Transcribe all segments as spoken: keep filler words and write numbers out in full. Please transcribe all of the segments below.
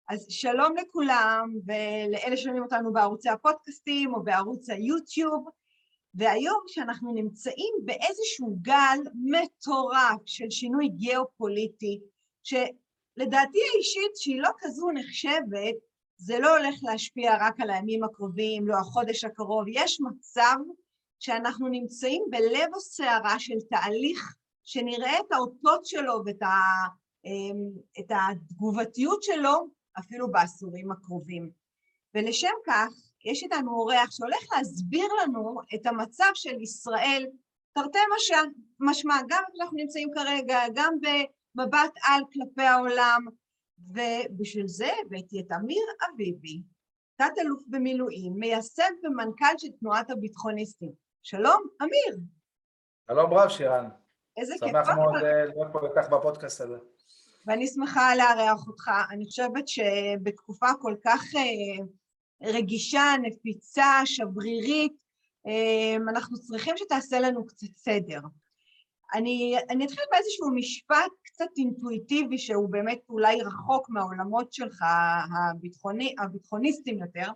אז שלום לכולם, ולאלה שומעים אותנו בערוצי הפודקאסטים או בערוץ היוטיוב, והיום שאנחנו נמצאים באיזשהו גל מטורף של שינוי גיאופוליטי, שלדעתי האישית שהיא לא כזו נחשבת, זה לא הולך להשפיע רק על הימים הקרובים, לא החודש הקרוב, יש מצב שאנחנו נמצאים בלב הסערה של תהליך שנראה את האותות שלו ואת ה... את התגובתיות שלו אפילו בעשורים הקרובים. ולשם כך, יש איתנו אורח שהולך להסביר לנו את המצב של ישראל, תרתי משמע, גם אנחנו נמצאים כרגע, גם במבט על כלפי העולם, ובשביל זה הבאתי את אמיר אביבי, תת אלוף במילואים, מייסד ומנכ"ל של תנועת הביטחוניסטים. שלום, אמיר. שלום רב, שירן. איזה כיף. שמח מאוד להיות פה לכך בפודקאסט הזה. ואני שמחה לארח אותך. אני חושבת שבתקופה כל כך רגישה, נפיצה, שברירית, אנחנו צריכים שתעשה לנו קצת סדר. אני, אני אתחיל באיזשהו משפט קצת אינטואיטיבי, שהוא באמת אולי רחוק מהעולמות שלך, הביטחוני, הביטחוניסטים יותר,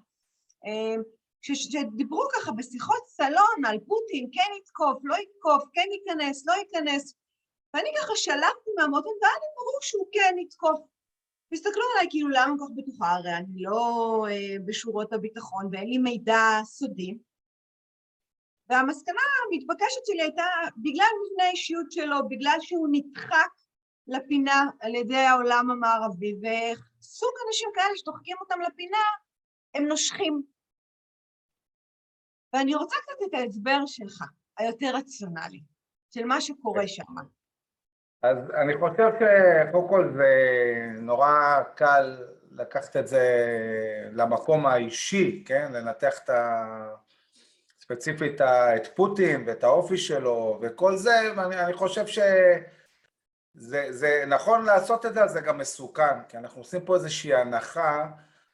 שדיברו ככה בשיחות סלון על פוטין, כן יתקוף, לא יתקוף, כן ייכנס, לא ייכנס, ואני ככה שלחתי מהמותן, והיה לי ברור שהוא כן יתקוף. והסתכלו עליי כאילו למה כל כך בטוחה, הרי אני לא אה, בשורות הביטחון, ואין לי מידע סודי. והמסקנה המתבקשת שלי הייתה, בגלל מבנה האישיות שלו, בגלל שהוא נדחק לפינה על ידי העולם המערבי, וסוג אנשים כאלה שדוחקים אותם לפינה, הם נושכים. ואני רוצה קצת את ההסבר שלך, היותר רציונלי, של מה שקורה שם. אז אני חושב שקודם כל זה נורא קל לקחת את זה למקום האישי, כן? לנתח את ה... ספציפית את פוטין ואת האופי שלו וכל זה, ואני חושב שזה זה נכון לעשות את זה, זה גם מסוכן, כי אנחנו עושים פה איזושהי הנחה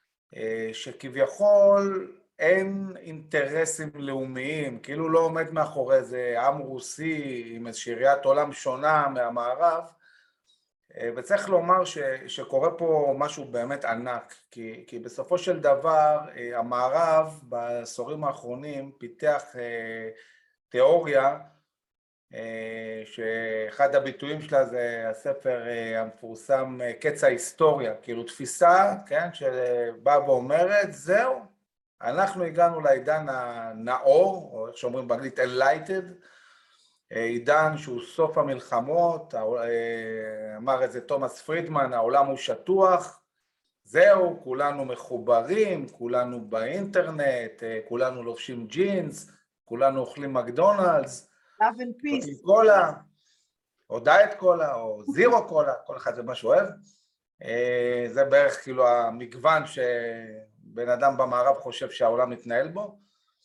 שכביכול אין אינטרסים לאומיים, כאילו לא עומד מאחורי איזה עם רוסי עם איזושהי ראיית עולם שונה מהמערב, וצריך לומר ש, שקורה פה משהו באמת ענק, כי, כי בסופו של דבר המערב בעשורים האחרונים פיתח אה, תיאוריה, אה, שאחד הביטויים שלה זה הספר אה, המפורסם קץ ההיסטוריה, כאילו תפיסה, כן, שבאה ואומרת, זהו, אנחנו הגענו לעידן הנאור, או איך שאומרים באנגלית enlightened, עידן שהוא סוף המלחמות, אמר את זה תומאס פרידמן, העולם הוא שטוח, זהו, כולנו מחוברים, כולנו באינטרנט, כולנו לובשים ג'ינס, כולנו אוכלים מקדונלדס, love and peace, קולה, או דיאט קולה, או זירו קולה, כל אחד זה מה שאוהב, זה בערך כאילו המגוון שבן אדם במערב חושב שהעולם מתנהל בו,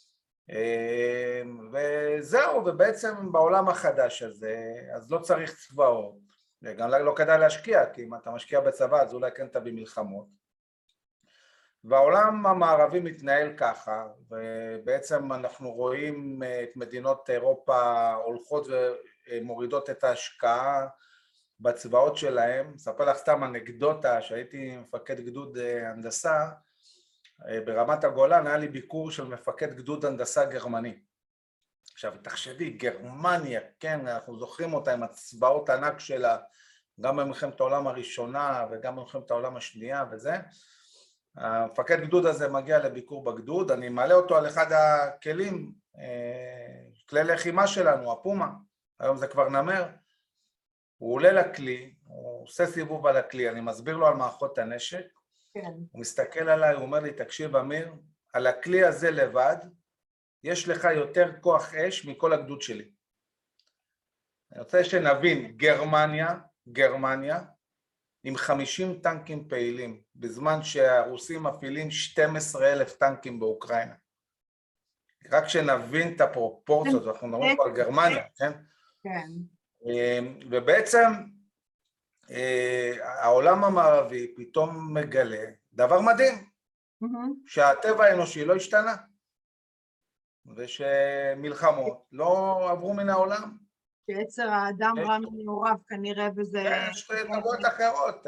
וזהו, ובעצם בעולם החדש הזה, אז לא צריך צבאות, וגם לא כדאי להשקיע, כי אם אתה משקיע בצבא, אז אולי כן תביא מלחמות. והעולם המערבי מתנהל ככה, ובעצם אנחנו רואים את מדינות אירופה הולכות ומורידות את ההשקעה בצבאות שלהם. אספר לך סתם אנקדוטה, שהייתי מפקד גדוד הנדסה, ברמת הגולן היה לי ביקור של מפקד גדוד הנדסה גרמני. עכשיו, תחשבי, גרמניה, כן, אנחנו זוכרים אותה עם הצבאות הענק שלה, גם במלחמת העולם הראשונה וגם במלחמת העולם השנייה וזה. המפקד גדוד הזה מגיע לביקור בגדוד, אני מעלה אותו על אחד הכלים, כלי לחימה שלנו, הפומה, היום זה כבר נמר. הוא עולה לכלי, הוא עושה סיבוב על הכלי, אני מסביר לו על מערכות הנשק, כן. הוא מסתכל עליי, הוא אומר לי, תקשיב אמיר, על הכלי הזה לבד, יש לך יותר כוח אש מכל הגדוד שלי. אני רוצה שנבין, גרמניה, גרמניה, עם חמישים טנקים פעילים, בזמן שהרוסים מפעילים שנים עשר אלף טנקים באוקראינה. רק שנבין את הפרופורציות, אנחנו מדברים פה על גרמניה, כן? כן. ובעצם, העולם המערבי פתאום מגלה דבר מדהים, שהטבע האנושי לא השתנה, ושמלחמות לא עברו מן העולם. שיצר האדם רע מנעוריו כנראה, וזה... יש תרבויות אחרות,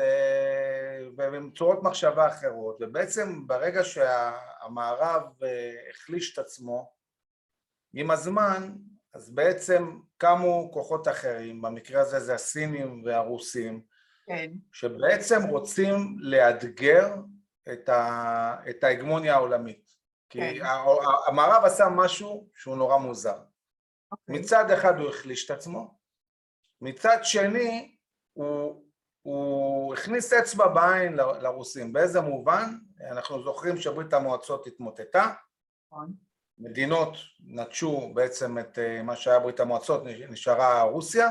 ובצורות מחשבה אחרות, ובעצם ברגע שהמערב החליש את עצמו, עם הזמן, אז בעצם קמו כוחות אחרים, במקרה הזה זה הסינים והרוסים, כן. שבעצם רוצים לאתגר את, ה... את ההגמוניה העולמית. כי כן. המערב עשה משהו שהוא נורא מוזר. אוקיי. מצד אחד הוא החליש את עצמו, מצד שני הוא, הוא הכניס אצבע בעין ל- לרוסים. באיזה מובן? אנחנו זוכרים שברית המועצות התמוטטה, נכון. מדינות נטשו בעצם את אה, מה שהיה ברית המועצות, נשארה רוסיה,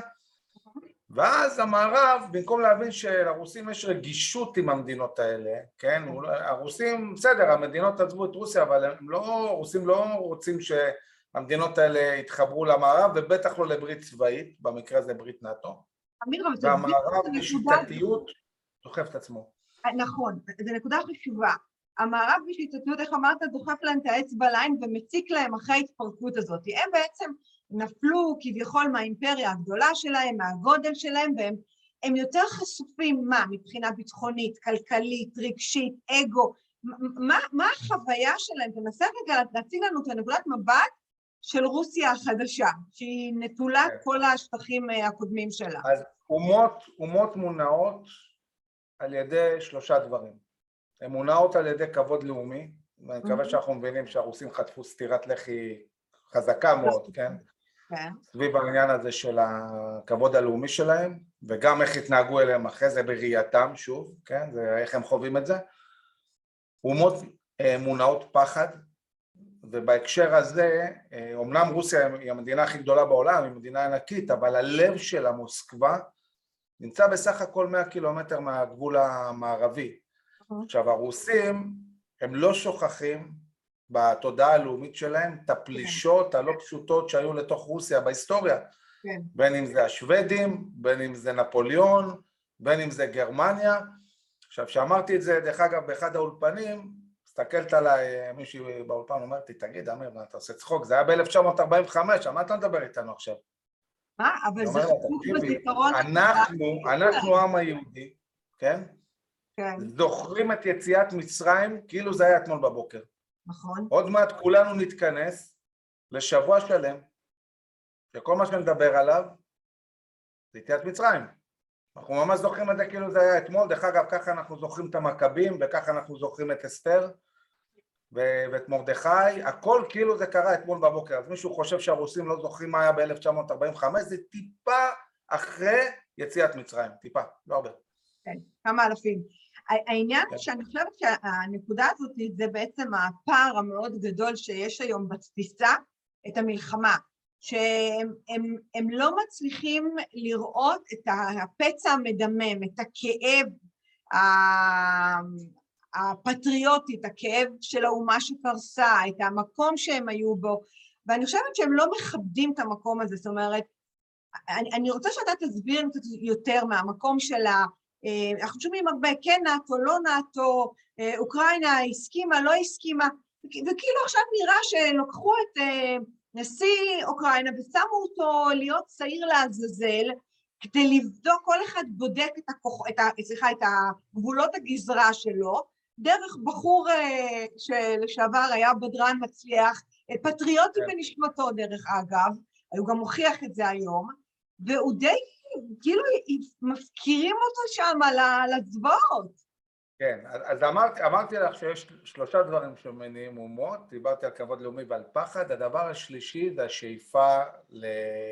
ואז המערב, במקום להבין שלרוסים יש רגישות עם המדינות האלה, כן? הרוסים, בסדר, המדינות עזבו את רוסיה, אבל הם לא, הרוסים לא רוצים שהמדינות האלה יתחברו למערב, ובטח לא לברית צבאית, במקרה הזה ברית נאט"ו. אמיר, אבל והמערב זה בשיטתיות דוחף את עצמו. נכון, זו נקודה חשובה. המערב בשיטתיות, איך אמרת, דוחף להם את האצבע לעין ומציק להם אחרי ההתפרקות הזאת. הם בעצם נפלו כביכול מהאימפריה הגדולה שלהם, מהגודל שלהם, והם הם יותר חשופים, מה? מבחינה ביטחונית, כלכלית, רגשית, אגו. מה, מה החוויה שלהם? תנסה רגע להציג לנו את הנקודת מבט של רוסיה החדשה, שהיא נטולת כל השטחים הקודמים שלה. אז אומות, אומות מונעות על ידי שלושה דברים. הן מונעות על ידי כבוד לאומי, ואני מקווה שאנחנו מבינים שהרוסים חטפו סטירת לחי חזקה מאוד, כן? כן. סביב העניין הזה של הכבוד הלאומי שלהם, וגם איך התנהגו אליהם אחרי זה בראייתם, שוב, כן? זה איך הם חווים את זה. אומות מונעות פחד, ובהקשר הזה, אומנם רוסיה היא המדינה הכי גדולה בעולם, היא מדינה ענקית, אבל הלב שלה, מוסקבה, נמצא בסך הכל מאה קילומטר מהגבול המערבי. עכשיו, הרוסים הם לא שוכחים בתודעה הלאומית שלהם את הפלישות הלא פשוטות שהיו לתוך רוסיה בהיסטוריה. כן. בין אם זה השוודים, בין אם זה נפוליאון, בין אם זה גרמניה. עכשיו, שאמרתי את זה, דרך אגב, באחד האולפנים, הסתכלת עליי, מישהו באולפן אומרתי, תגיד, אמיר, אתה עושה צחוק, זה היה ב-אלף תשע מאות ארבעים וחמש, על מה אתה מדבר איתנו עכשיו? מה? אבל זה חשוב בזיכרון. אנחנו, אנחנו העם היהודי, כן? כן. זוכרים את יציאת מצרים, כאילו זה היה אתמול בבוקר. נכון. עוד מעט כולנו נתכנס לשבוע שלם, שכל מה שנדבר עליו זה יציאת מצרים. אנחנו ממש זוכרים את זה כאילו זה היה אתמול, דרך אגב, ככה אנחנו זוכרים את המכבים, וככה אנחנו זוכרים את אסתר, ואת מרדכי, הכל כאילו זה קרה אתמול בבוקר. אז מישהו חושב שהרוסים לא זוכרים מה היה ב-אלף תשע מאות ארבעים וחמש, זה טיפה אחרי יציאת מצרים, טיפה, לא הרבה. כן, כמה אלפים. העניין הוא שאני חושבת שהנקודה הזאת זה בעצם הפער המאוד גדול שיש היום בתפיסה את המלחמה, שהם הם, הם לא מצליחים לראות את הפצע המדמם, את הכאב הפטריוטי, את הכאב של האומה שקרסה, את המקום שהם היו בו, ואני חושבת שהם לא מכבדים את המקום הזה, זאת אומרת, אני, אני רוצה שאתה תסביר קצת יותר מהמקום של ה... אנחנו שומעים הרבה, כן נאטו, לא נאטו, אוקראינה הסכימה, לא הסכימה, וכאילו עכשיו נראה שלקחו את נשיא אוקראינה ושמו אותו להיות שעיר לעזאזל, כדי לבדוק, כל אחד בודק את, הכוח, את, ה, סליחה, את הגבולות הגזרה שלו, דרך בחור שלשעבר היה בדרן מצליח, פטריוטי בנשמתו דרך אגב, הוא גם מוכיח את זה היום, והוא די, כאילו, מפקירים אותו שם על הזוועות. כן, אז אמרתי, אמרתי לך שיש שלושה דברים שמניעים אומות, דיברתי על כבוד לאומי ועל פחד, הדבר השלישי זה השאיפה ל...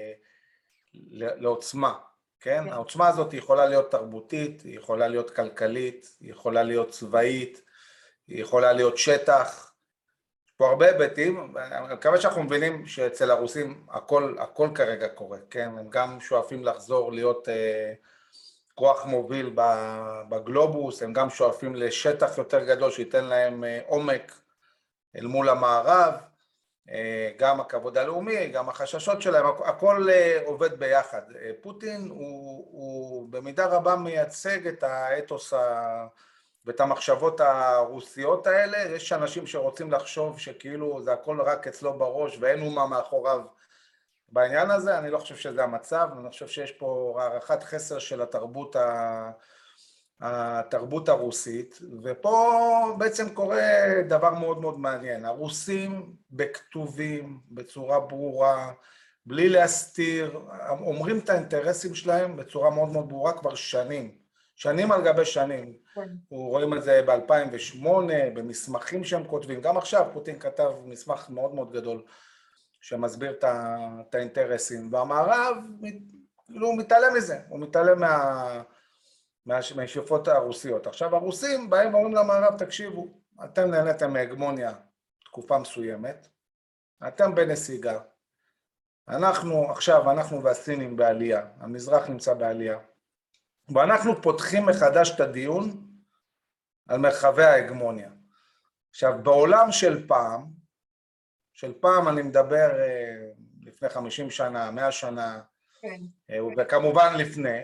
לעוצמה, כן? כן? העוצמה הזאת יכולה להיות תרבותית, היא יכולה להיות כלכלית, היא יכולה להיות צבאית, היא יכולה להיות שטח, פה הרבה היבטים, אני מקווה שאנחנו מבינים שאצל הרוסים הכל, הכל כרגע קורה, כן? הם גם שואפים לחזור להיות אה, כוח מוביל בגלובוס, הם גם שואפים לשטח יותר גדול שייתן להם אה, עומק אל מול המערב, אה, גם הכבוד הלאומי, גם החששות שלהם, הכל אה, עובד ביחד. אה, פוטין הוא, הוא במידה רבה מייצג את האתוס ה... ואת המחשבות הרוסיות האלה. יש אנשים שרוצים לחשוב שכאילו זה הכל רק אצלו בראש ואין אומה מאחוריו בעניין הזה, אני לא חושב שזה המצב, אני חושב שיש פה הערכת חסר של התרבות, ה... התרבות הרוסית, ופה בעצם קורה דבר מאוד מאוד מעניין. הרוסים בכתובים, בצורה ברורה, בלי להסתיר, אומרים את האינטרסים שלהם בצורה מאוד מאוד ברורה כבר שנים, שנים על גבי שנים. כן. רואים את זה ב-אלפיים ושמונה, במסמכים שהם כותבים, גם עכשיו פוטין כתב מסמך מאוד מאוד גדול, שמסביר את האינטרסים, והמערב הוא מתעלם מזה, הוא מתעלם מה, מהשאיפות הרוסיות. עכשיו הרוסים באים ואומרים למערב, תקשיבו, אתם נהנתם מהגמוניה תקופה מסוימת, אתם בנסיגה, אנחנו עכשיו, אנחנו והסינים בעלייה, המזרח נמצא בעלייה, ואנחנו פותחים מחדש את הדיון על מרחבי ההגמוניה. עכשיו בעולם של פעם, של פעם אני מדבר לפני חמישים שנה, מאה שנה, כן. וכמובן לפני,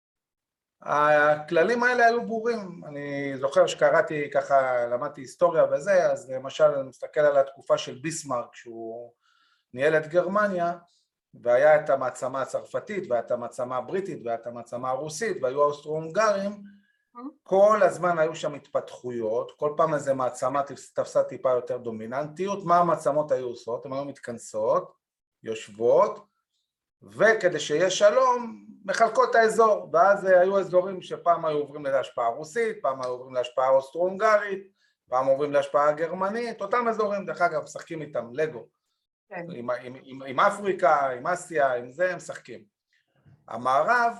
הכללים האלה היו ברורים. אני זוכר שקראתי ככה, למדתי היסטוריה וזה, אז למשל אני מסתכל על התקופה של ביסמרק, שהוא ניהל את גרמניה, והיה את המעצמה הצרפתית, והיה את המעצמה הבריטית, והיה את המעצמה הרוסית, והיו האוסטרו-הונגרים, כל הזמן היו שם התפתחויות, כל פעם איזה מעצמה תפסה טיפה יותר דומיננטיות. מה המעצמות היו עושות? הן היו מתכנסות, יושבות, וכדי שיהיה שלום, מחלקות את האזור, ואז היו אזורים שפעם היו עוברים להשפעה רוסית, פעם היו עוברים להשפעה אוסטרו-הונגרית, פעם עוברים להשפעה גרמנית, אותם אזורים, דרך אגב, משחקים איתם, לגו, כן. עם, עם, עם, עם אפריקה, עם אסיה, עם זה הם משחקים. המערב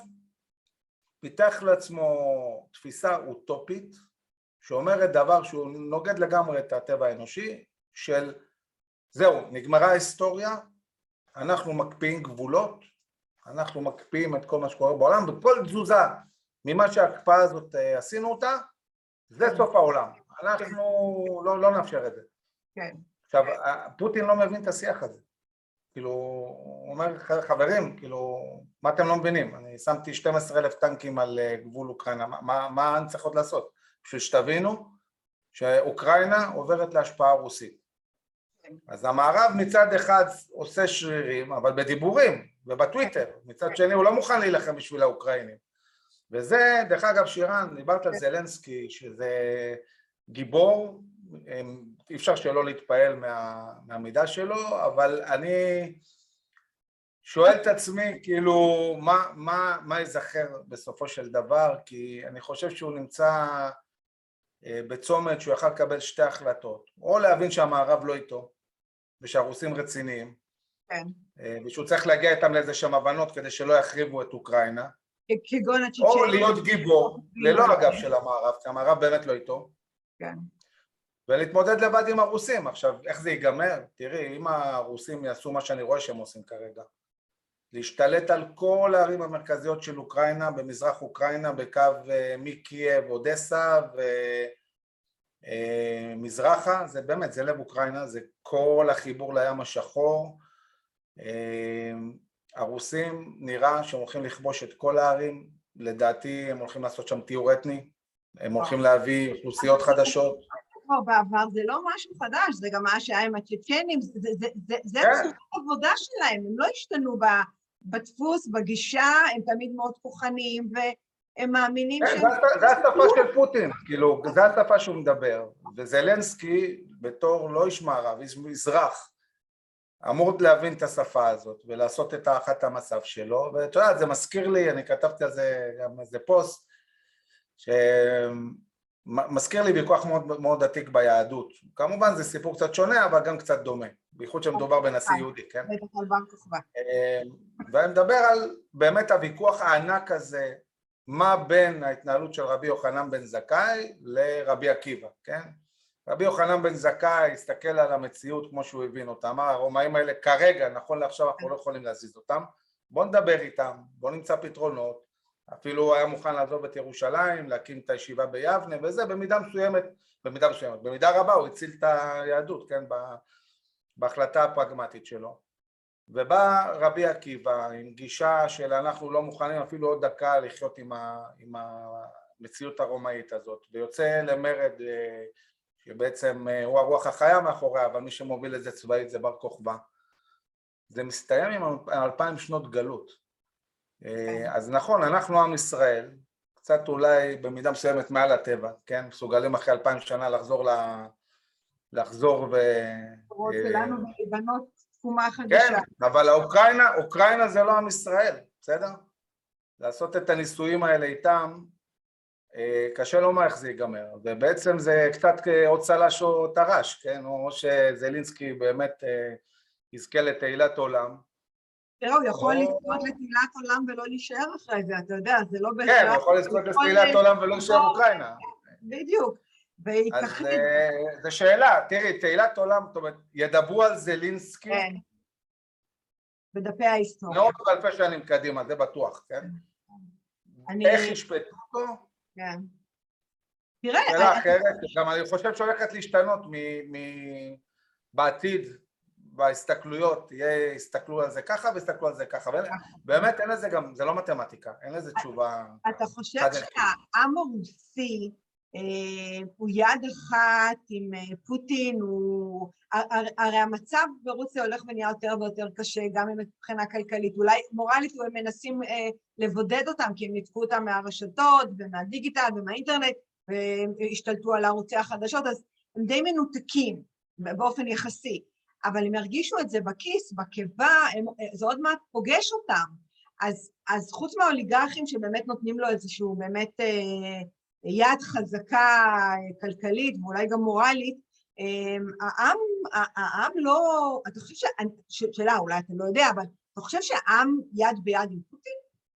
פיתח לעצמו תפיסה אוטופית, שאומרת דבר שהוא נוגד לגמרי את הטבע האנושי, של זהו, נגמרה ההיסטוריה, אנחנו מקפיאים גבולות, אנחנו מקפיאים את כל מה שקורה בעולם, וכל תזוזה ממה שההקפאה הזאת עשינו אותה, זה סוף העולם. אנחנו לא, לא נאפשר את זה. כן. עכשיו, פוטין לא מבין את השיח הזה. כאילו, הוא אומר, חברים, כאילו, מה אתם לא מבינים? אני שמתי שנים עשר אלף טנקים על גבול אוקראינה, מה, מה אני צריך עוד לעשות? בשביל שתבינו שאוקראינה עוברת להשפעה רוסית. אז המערב מצד אחד עושה שרירים, אבל בדיבורים ובטוויטר, מצד שני הוא לא מוכן להילחם בשביל האוקראינים. וזה, דרך אגב, שירן, דיברת על זלנסקי, שזה גיבור, אי אפשר שלא להתפעל מה, מהמידה שלו, אבל אני שואל את עצמי, כאילו, מה, מה, מה יזכר בסופו של דבר, כי אני חושב שהוא נמצא בצומת שהוא יכל לקבל שתי החלטות, או להבין שהמערב לא איתו, ושהרוסים רציניים, כן. ושהוא צריך להגיע איתם לאיזה שם הבנות כדי שלא יחריבו את אוקראינה, כגון או להיות גיבור, ללא אגב של המערב, כי המערב באמת לא איתו, כן. ולהתמודד לבד עם הרוסים. עכשיו, איך זה ייגמר? תראי, אם הרוסים יעשו מה שאני רואה שהם עושים כרגע, להשתלט על כל הערים המרכזיות של אוקראינה, במזרח אוקראינה, בקו מקייב, אודסה ומזרחה, זה באמת, זה לב אוקראינה, זה כל החיבור לים השחור. הרוסים נראה שהם הולכים לכבוש את כל הערים, לדעתי הם הולכים לעשות שם טיהור אתני, הם הולכים להביא אוכלוסיות חדשות. בעבר זה לא משהו חדש, זה גם מה שהיה עם הצ'צ'נים, זה צורת העבודה שלהם, הם לא השתנו בדפוס, בגישה, הם תמיד מאוד כוחניים, והם מאמינים שהם... זה השפה של פוטין, כאילו, זה השפה שהוא מדבר, וזלנסקי בתור לא איש מערב, איש מזרח, אמור להבין את השפה הזאת, ולעשות את הערכת המצב שלו, ואתה יודע, זה מזכיר לי, אני כתבתי על זה גם איזה פוסט, ש... מזכיר לי ויכוח מאוד מאוד עתיק ביהדות. כמובן זה סיפור קצת שונה, אבל גם קצת דומה, בייחוד שמדובר בנשיא יהודי, כן? ואני מדבר על באמת הוויכוח הענק הזה, מה בין ההתנהלות של רבי יוחנן בן זכאי לרבי עקיבא, כן? רבי יוחנן בן זכאי הסתכל על המציאות כמו שהוא הבין אותה, אמר, הרומאים האלה כרגע, נכון לעכשיו אנחנו לא יכולים להזיז אותם, בוא נדבר איתם, בוא נמצא פתרונות, אפילו היה מוכן לעזוב את ירושלים, להקים את הישיבה ביבנה, וזה במידה מסוימת, במידה מסוימת, במידה רבה הוא הציל את היהדות, כן, בהחלטה הפרגמטית שלו. ובא רבי עקיבא עם גישה של אנחנו לא מוכנים אפילו עוד דקה לחיות עם, ה, עם המציאות הרומאית הזאת, ויוצא למרד שבעצם הוא הרוח החיה מאחוריה, אבל מי שמוביל את זה צבאית זה בר כוכבא. זה מסתיים עם אלפיים שנות גלות. אז נכון, אנחנו עם ישראל, קצת אולי במידה מסוימת מעל הטבע, כן? מסוגלים אחרי אלפיים שנה לחזור ל... לחזור ו... קורות שלנו ולבנות תקומה חדשה. כן, אבל האוקראינה, אוקראינה זה לא עם ישראל, בסדר? לעשות את הניסויים האלה איתם, קשה לומר איך זה ייגמר, ובעצם זה קצת עוד צל"ש או טר"ש, כן? או שזלינסקי באמת יזכה לתהילת עולם. תראה, הוא יכול לזכות לתהילת עולם ולא להישאר אחרי זה, אתה יודע, זה לא בהכרח... כן, הוא יכול לזכות לתהילת עולם ולא להישאר אוקראינה. בדיוק, אז זו שאלה, תראי, תהילת עולם, זאת אומרת, ידברו על זלינסקי, בדפי ההיסטוריה. מאות אלפי שנים קדימה, זה בטוח, כן? איך ישפטו אותו? כן. תראה... שאלה אחרת, גם אני חושב שהולכת להשתנות בעתיד, בהסתכלויות, יהיה, הסתכלו על זה ככה והסתכלו על זה ככה, באמת אין לזה גם, זה לא מתמטיקה, אין לזה תשובה. אתה חושב שהעם הרוסי הוא יד אחת עם פוטין, הרי המצב ברוסיה הולך ונהיה יותר ויותר קשה, גם מבחינה כלכלית, אולי מורלית הם מנסים לבודד אותם, כי הם ניתקו אותם מהרשתות ומהדיגיטל ומהאינטרנט, והשתלטו על ערוצי החדשות, אז הם די מנותקים באופן יחסי. אבל הם הרגישו את זה בכיס, בקיבה, זה עוד מעט פוגש אותם. אז, אז חוץ מהאוליגרכים שבאמת נותנים לו איזשהו באמת אה, יד חזקה כלכלית ואולי גם מורלית, אה, העם, העם לא, אתה חושב ש... שאלה, אולי אתה לא יודע, אבל אתה חושב שהעם יד ביד עם פוטין?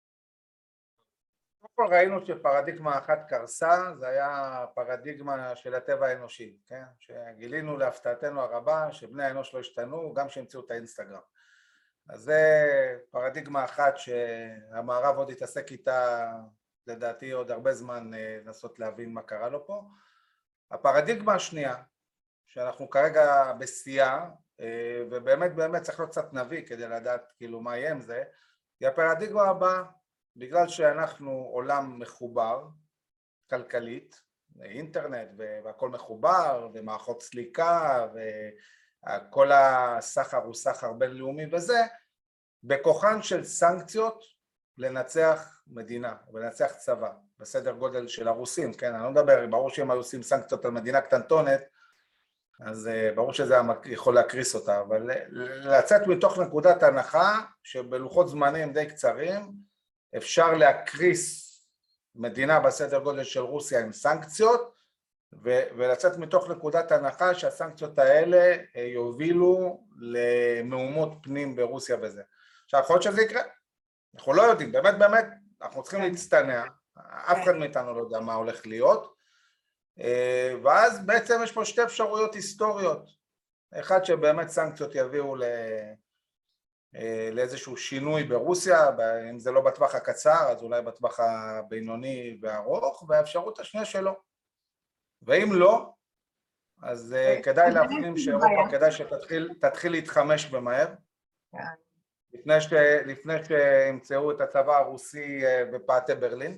ראינו שפרדיגמה אחת קרסה, זה היה פרדיגמה של הטבע האנושי, כן? שגילינו להפתעתנו הרבה שבני האנוש לא השתנו, גם שהמציאו את האינסטגרם. אז זה פרדיגמה אחת שהמערב עוד התעסק איתה, לדעתי עוד הרבה זמן לנסות להבין מה קרה לו פה. הפרדיגמה השנייה, שאנחנו כרגע בשיאה, ובאמת באמת צריך להיות קצת נביא כדי לדעת כאילו מה יהיה עם זה, היא הפרדיגמה הבאה, בגלל שאנחנו עולם מחובר, כלכלית, אינטרנט והכל מחובר, ומערכות סליקה, וכל הסחר הוא סחר בינלאומי וזה, בכוחן של סנקציות לנצח מדינה, ולנצח צבא, בסדר גודל של הרוסים, כן? אני לא מדבר, ברור שהם היו עושים סנקציות על מדינה קטנטונת, אז ברור שזה יכול להקריס אותה, אבל לצאת מתוך נקודת הנחה, שבלוחות זמנים די קצרים, אפשר להקריס מדינה בסדר גודל של רוסיה עם סנקציות, ולצאת מתוך נקודת הנחה שהסנקציות האלה יובילו למהומות פנים ברוסיה וזה. עכשיו, יכול להיות שזה יקרה, אנחנו לא יודעים, באמת באמת, אנחנו צריכים להצטנע, אף אחד מאיתנו לא יודע מה הולך להיות, ואז בעצם יש פה שתי אפשרויות היסטוריות, אחד שבאמת סנקציות יביאו ל... לאיזשהו שינוי ברוסיה, אם זה לא בטווח הקצר, אז אולי בטווח הבינוני והארוך, והאפשרות השנייה שלא. ואם לא, אז כדאי להפנים שאירופה, כדאי שתתחיל להתחמש במהר, לפני ש, לפני שימצאו את הצבא הרוסי בפאתי ברלין.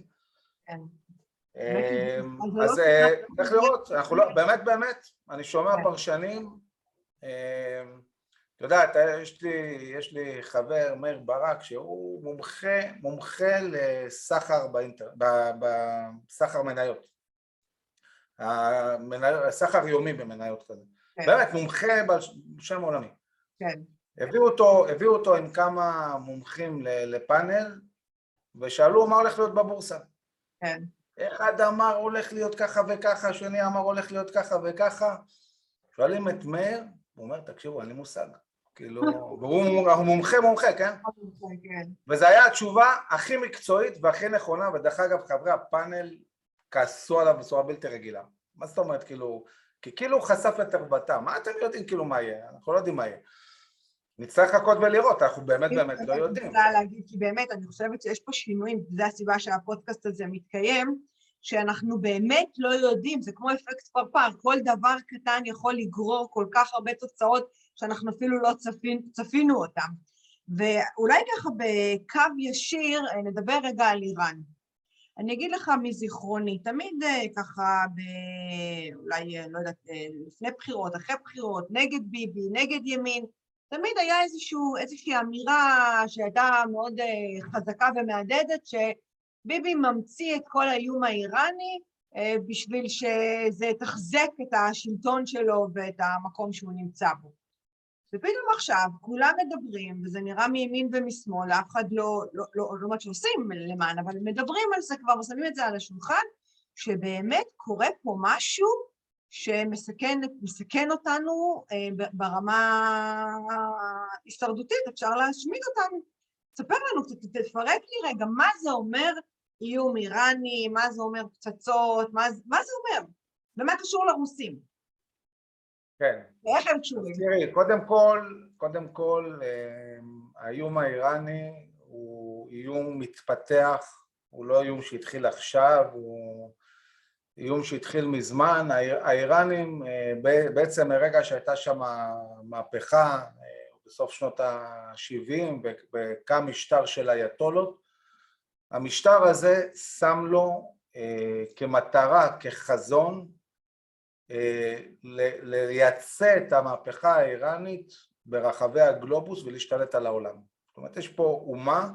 אז צריך לראות, אנחנו לא, באמת באמת, אני שומע פרשנים, אתה יודע, יש לי, יש לי חבר, מאיר ברק, שהוא מומחה, מומחה לסחר באינטר, בסחר מניות. סחר יומי במניות כזה. באמת, מומחה בשם עולמי. כן. הביאו אותו, הביאו אותו עם כמה מומחים לפאנל, ושאלו מה הולך להיות בבורסה. כן. אחד אמר הולך להיות ככה וככה, השני אמר הולך להיות ככה וככה. שואלים את מאיר, הוא אומר, תקשיבו, אין לי מושג. כאילו, והוא מומחה מומחה, כן? וזו הייתה התשובה הכי מקצועית והכי נכונה, ודרך אגב, חברי הפאנל כעסו עליו בצורה בלתי רגילה. מה זאת אומרת, כאילו, כי כאילו הוא חשף את ערוותם, מה אתם יודעים כאילו מה יהיה? אנחנו לא יודעים מה יהיה. נצטרך לחכות ולראות, אנחנו באמת באמת לא יודעים. אני רוצה להגיד, כי באמת, אני חושבת שיש פה שינויים, זו הסיבה שהפודקאסט הזה מתקיים, שאנחנו באמת לא יודעים, זה כמו אפקט פרפר, כל דבר קטן יכול לגרור כל כך הרבה תוצאות, שאנחנו אפילו לא צפינו, צפינו אותם. ואולי ככה בקו ישיר, נדבר רגע על איראן. אני אגיד לך מזיכרוני, תמיד ככה, ב... אולי, לא יודעת, לפני בחירות, אחרי בחירות, נגד ביבי, נגד ימין, תמיד היה איזשהו, איזושהי אמירה שהייתה מאוד חזקה ומהדהדת, שביבי ממציא את כל האיום האיראני בשביל שזה תחזק את השלטון שלו ואת המקום שהוא נמצא בו. ופתאום עכשיו כולם מדברים, וזה נראה מימין ומשמאל, אף אחד לא, לא, לא, לא מה שעושים למען, אבל מדברים על זה כבר, ושמים את זה על השולחן, שבאמת קורה פה משהו שמסכן מסכן אותנו אה, ברמה ההישרדותית, אפשר להשמיד אותנו. תספר לנו, תפרט לי רגע, מה זה אומר איום איראני, מה זה אומר פצצות, מה, מה זה אומר? ומה קשור לרוסים? כן. ואיך הם קשורים? תראי, קודם כל, קודם כל, האיום האיראני הוא איום מתפתח, הוא לא איום שהתחיל עכשיו, הוא איום שהתחיל מזמן. האיראנים, בעצם מרגע שהייתה שם מהפכה, בסוף שנות ה-שבעים, וקם משטר של אייתולות, המשטר הזה שם לו כמטרה, כחזון, לייצא את המהפכה האיראנית ברחבי הגלובוס ולהשתלט על העולם. זאת אומרת, יש פה אומה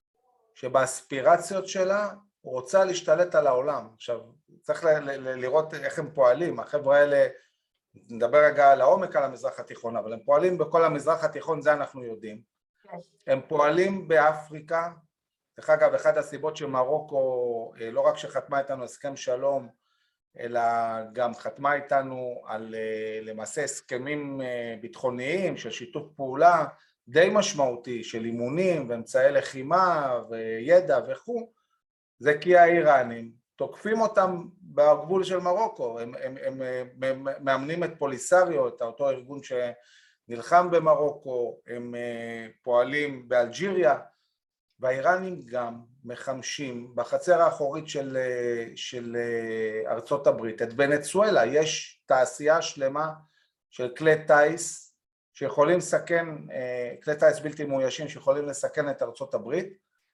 שבאספירציות שלה רוצה להשתלט על העולם. עכשיו, צריך לראות איך הם פועלים. החבר'ה האלה, נדבר רגע על העומק על המזרח התיכון, אבל הם פועלים בכל המזרח התיכון, זה אנחנו יודעים. הם פועלים באפריקה. דרך אגב, אחת הסיבות שמרוקו, לא רק שחתמה איתנו הסכם שלום, אלא גם חתמה איתנו על למעשה הסכמים ביטחוניים של שיתוף פעולה די משמעותי של אימונים ואמצעי לחימה וידע וכו', זה כי האיראנים תוקפים אותם בגבול של מרוקו. הם, הם, הם, הם מאמנים את פוליסריו, את אותו ארגון שנלחם במרוקו, הם פועלים באלג'יריה, והאיראנים גם מחמשים בחצר האחורית של, של ארצות הברית את ונצואלה. יש תעשייה שלמה של כלי טייס שיכולים לסכן, כלי טייס בלתי מאוישים שיכולים לסכן את ארצות הברית,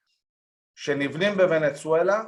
שנבנים בוונצואלה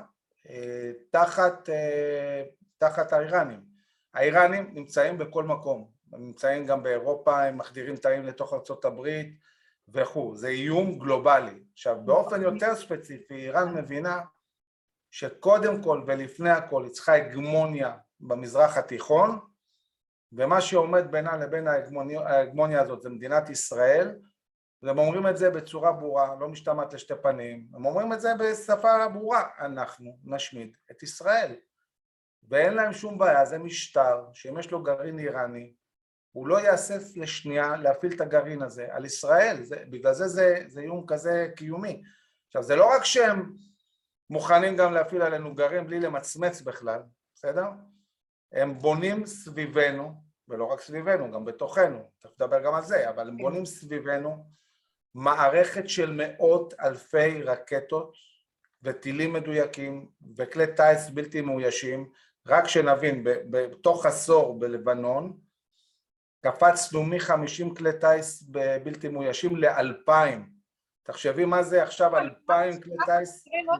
תחת, תחת האיראנים. האיראנים נמצאים בכל מקום, הם נמצאים גם באירופה, הם מחדירים תאים לתוך ארצות הברית וכו'. זה איום גלובלי. עכשיו, באופן יותר ספציפי, איראן מבינה שקודם כל ולפני הכל היא צריכה הגמוניה במזרח התיכון, ומה שעומד בינה לבין ההגמוניה, ההגמוניה הזאת זה מדינת ישראל, והם אומרים את זה בצורה ברורה, לא משתמעת לשתי פנים, הם אומרים את זה בשפה ברורה, אנחנו נשמיד את ישראל, ואין להם שום בעיה. זה משטר שאם יש לו גרעין איראני, הוא לא יאסף לשנייה להפעיל את הגרעין הזה על ישראל. זה, בגלל זה, זה זה איום כזה קיומי. עכשיו, זה לא רק שהם מוכנים גם להפעיל עלינו גרעין בלי למצמץ בכלל, בסדר? הם בונים סביבנו, ולא רק סביבנו, גם בתוכנו, צריך לדבר גם על זה, אבל הם בונים סביבנו מערכת של מאות אלפי רקטות וטילים מדויקים וכלי טייס בלתי מאוישים. רק שנבין, בתוך עשור בלבנון, קפצנו מ-חמישים כלי טייס בלתי מאוישים ל-אלפיים. תחשבי מה זה עכשיו אלפיים כלי טייס.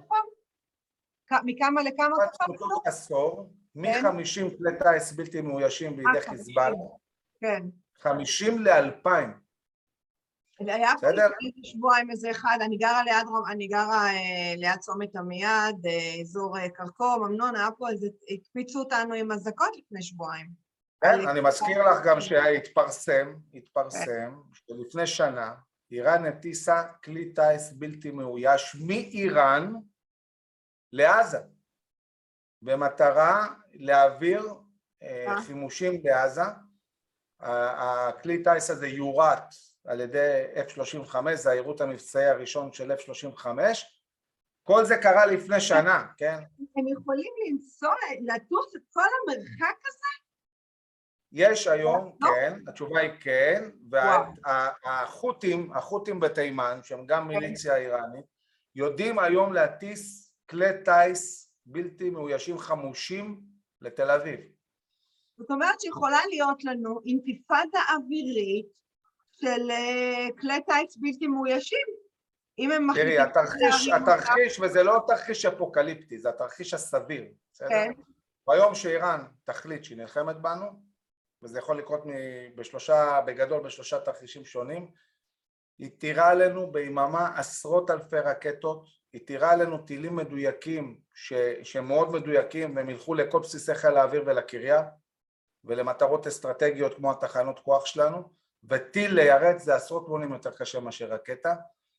מכמה לכמה? קפצנו תוך עשור, מ-חמישים כלי טייס בלתי מאוישים בידי חיזבאללה. כן. חמישים ל-אלפיים. היה פה לפני שבועיים איזה אחד, אני גרה ליד, אני גרה ליד צומת עמיעד, אזור כרכום, אמנון, היה פה איזה, הקפיצו אותנו עם אזעקות לפני שבועיים. כן, אני מזכיר לך גם שהתפרסם, התפרסם, שלפני שנה, איראן הטיסה כלי טייס בלתי מאויש מאיראן לעזה, במטרה להעביר חימושים בעזה. הכלי טייס הזה יורט על ידי אף שלושים וחמש, זה היירוט המבצעי הראשון של אף שלושים וחמש, כל זה קרה לפני שנה, כן? הם יכולים לנסוע, לטוס את כל המרחק הזה? יש היום, כן, התשובה היא כן, והחות'ים, החות'ים בתימן, שהם גם מיליציה איראנית, יודעים היום להטיס כלי טייס בלתי מאוישים חמושים לתל אביב. זאת אומרת שיכולה להיות לנו אינתיפאדה אווירית של כלי טייס בלתי מאוישים. תראי, התרחיש, התרחיש, וזה לא תרחיש אפוקליפטי, זה התרחיש הסביר, בסדר? ביום שאיראן תחליט שהיא נלחמת בנו, וזה יכול לקרות בשלושה, בגדול בשלושה תרחישים שונים, היא תירה עלינו ביממה עשרות אלפי רקטות, היא תירה עלינו טילים מדויקים, ש, שמאוד מדויקים, והם ילכו לכל בסיסי חיל האוויר ולקריה, ולמטרות אסטרטגיות כמו התחנות כוח שלנו, וטיל ליירט זה עשרות מונים יותר קשה מאשר רקטה,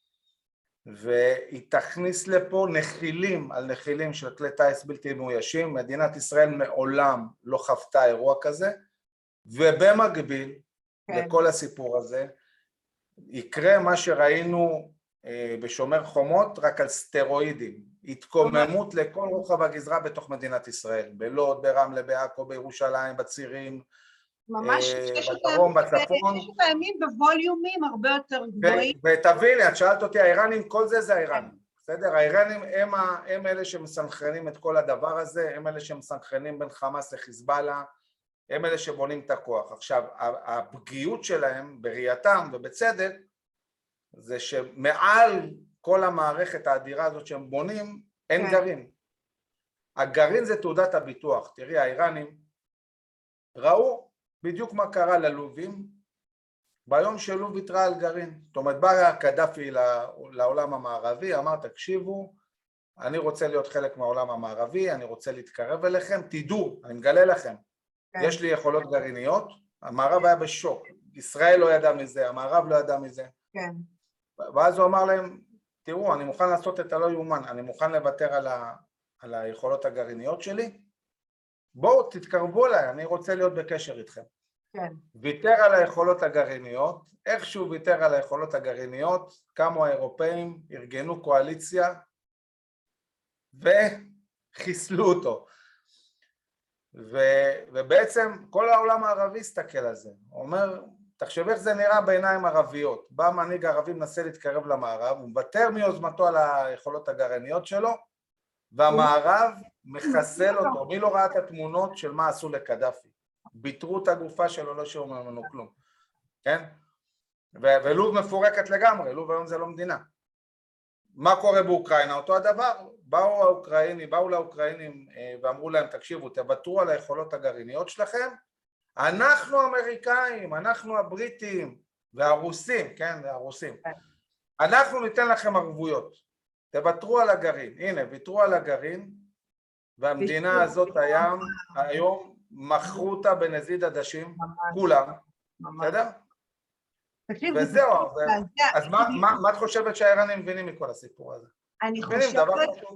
והיא תכניס לפה נחילים על נחילים של כלי טייס בלתי מאוישים. מדינת ישראל מעולם לא חוותה אירוע כזה, ובמקביל כן. לכל הסיפור הזה, יקרה מה שראינו בשומר חומות, רק על סטרואידים, התקוממות לכל רוחב הגזרה בתוך מדינת ישראל, בלוד, ברמלה, בעכו, בירושלים, בצירים, ממש בדרום, בצפון. ששת הימים בווליומים הרבה יותר גבוהים. ותביני, את שאלת אותי, האיראנים, כל זה זה האיראנים, בסדר? האיראנים הם, הם אלה שמסנכרנים את כל הדבר הזה, הם אלה שמסנכרנים בין חמאס לחיזבאללה, הם אלה שבונים את הכוח. עכשיו, הפגיעות שלהם בראייתם ובצדק, זה שמעל כל המערכת האדירה הזאת שהם בונים, אין גרעין. הגרעין זה תעודת הביטוח. תראי, האיראנים ראו בדיוק מה קרה ללובים, ביום שלוב ויתרה על גרעין. זאת אומרת, בא קדאפי לעולם המערבי, אמר, תקשיבו, אני רוצה להיות חלק מהעולם המערבי, אני רוצה להתקרב אליכם, תדעו, אני מגלה לכם, יש לי יכולות גרעיניות, המערב היה בשוק, ישראל לא ידע מזה, המערב לא ידע מזה. כן. ואז הוא אמר להם, תראו, אני מוכן לעשות את הלא יאומן, אני מוכן לוותר על, ה, על היכולות הגרעיניות שלי, בואו תתקרבו אליי, אני רוצה להיות בקשר איתכם. כן. ויתר על היכולות הגרעיניות, איכשהו ויתר על היכולות הגרעיניות, קמו האירופאים, ארגנו קואליציה, וחיסלו אותו. ו, ובעצם כל העולם הערבי הסתכל על זה, הוא אומר, תחשב איך זה נראה בעיניים ערביות, בא מנהיג ערבי מנסה להתקרב למערב, הוא מוותר מיוזמתו על היכולות הגרעיניות שלו, והמערב מחסל אותו. מי לא ראה את התמונות של מה עשו לקדאפי? ביטרו את הגופה שלו, לא שום ממנו כלום, כן? ולוב מפורקת לגמרי, לוב היום זה לא מדינה. מה קורה באוקראינה? אותו הדבר, באו האוקראינים, באו לאוקראינים ואמרו להם, תקשיבו, תוותרו על היכולות הגרעיניות שלכם, אנחנו האמריקאים, אנחנו הבריטים והרוסים, כן, הרוסים, אנחנו ניתן לכם ערבויות, תוותרו על הגרעין. הנה, ויתרו על הגרעין, והמדינה הזאת היום, היום מכרו אותה בנזיד עדשים, כולם, בסדר? וזהו, אז מה את חושבת שהאיראנים מבינים מכל הסיפור הזה? אני חושבת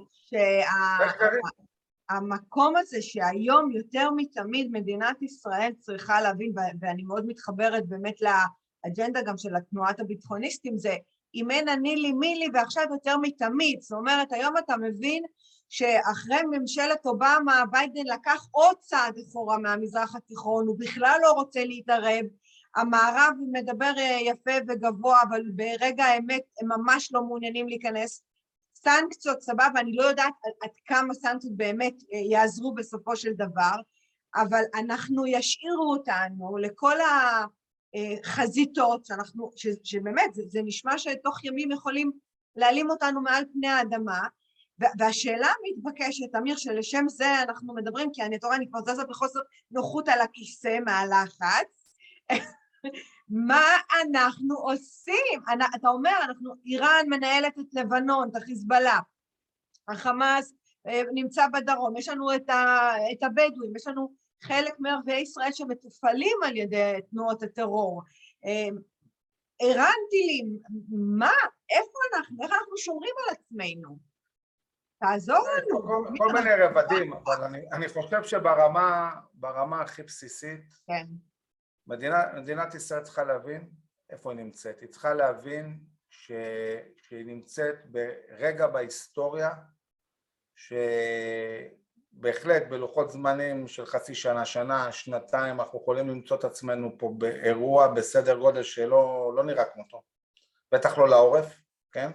שהמקום הזה שהיום יותר מתמיד מדינת ישראל צריכה להבין, ואני מאוד מתחברת באמת לאג'נדה גם של התנועת הביטחוניסטים, זה אם אין אני לי מי לי ועכשיו יותר מתמיד. זאת אומרת, היום אתה מבין שאחרי ממשלת אובמה, ביידן לקח עוד צעד אחורה מהמזרח התיכון, הוא בכלל לא רוצה להתערב, המערב מדבר יפה וגבוה, אבל ברגע האמת הם ממש לא מעוניינים להיכנס. סנקציות, סבבה, אני לא יודעת עד כמה סנקציות באמת יעזרו בסופו של דבר, אבל אנחנו ישאירו אותנו לכל החזיתות, שאנחנו, ש, שבאמת זה, זה נשמע שתוך ימים יכולים להעלים אותנו מעל פני האדמה, והשאלה המתבקשת, אמיר, שלשם זה אנחנו מדברים, כי אני תורא, אני כבר זזה בחוסר נוחות על הכיסא מהלחץ, מה אנחנו עושים? אתה אומר, אנחנו, איראן מנהלת את לבנון, את החיזבאללה, החמאס נמצא בדרום, יש לנו את, ה, את הבדואים, יש לנו חלק מערביי ישראל שמטופלים על ידי תנועות הטרור, איראן טילים, מה? איפה אנחנו? איך אנחנו שומרים על עצמנו? תעזור לנו. כל, כל מיני רבדים, אבל אני, אני חושב שברמה ברמה הכי בסיסית, כן. מדינה, מדינת ישראל צריכה להבין איפה היא נמצאת. היא צריכה להבין ש, שהיא נמצאת ברגע בהיסטוריה, שבהחלט בלוחות זמנים של חצי שנה, שנה, שנתיים, אנחנו יכולים למצוא את עצמנו פה באירוע בסדר גודל שלא לא נראה כמותו. בטח לא לעורף, כן?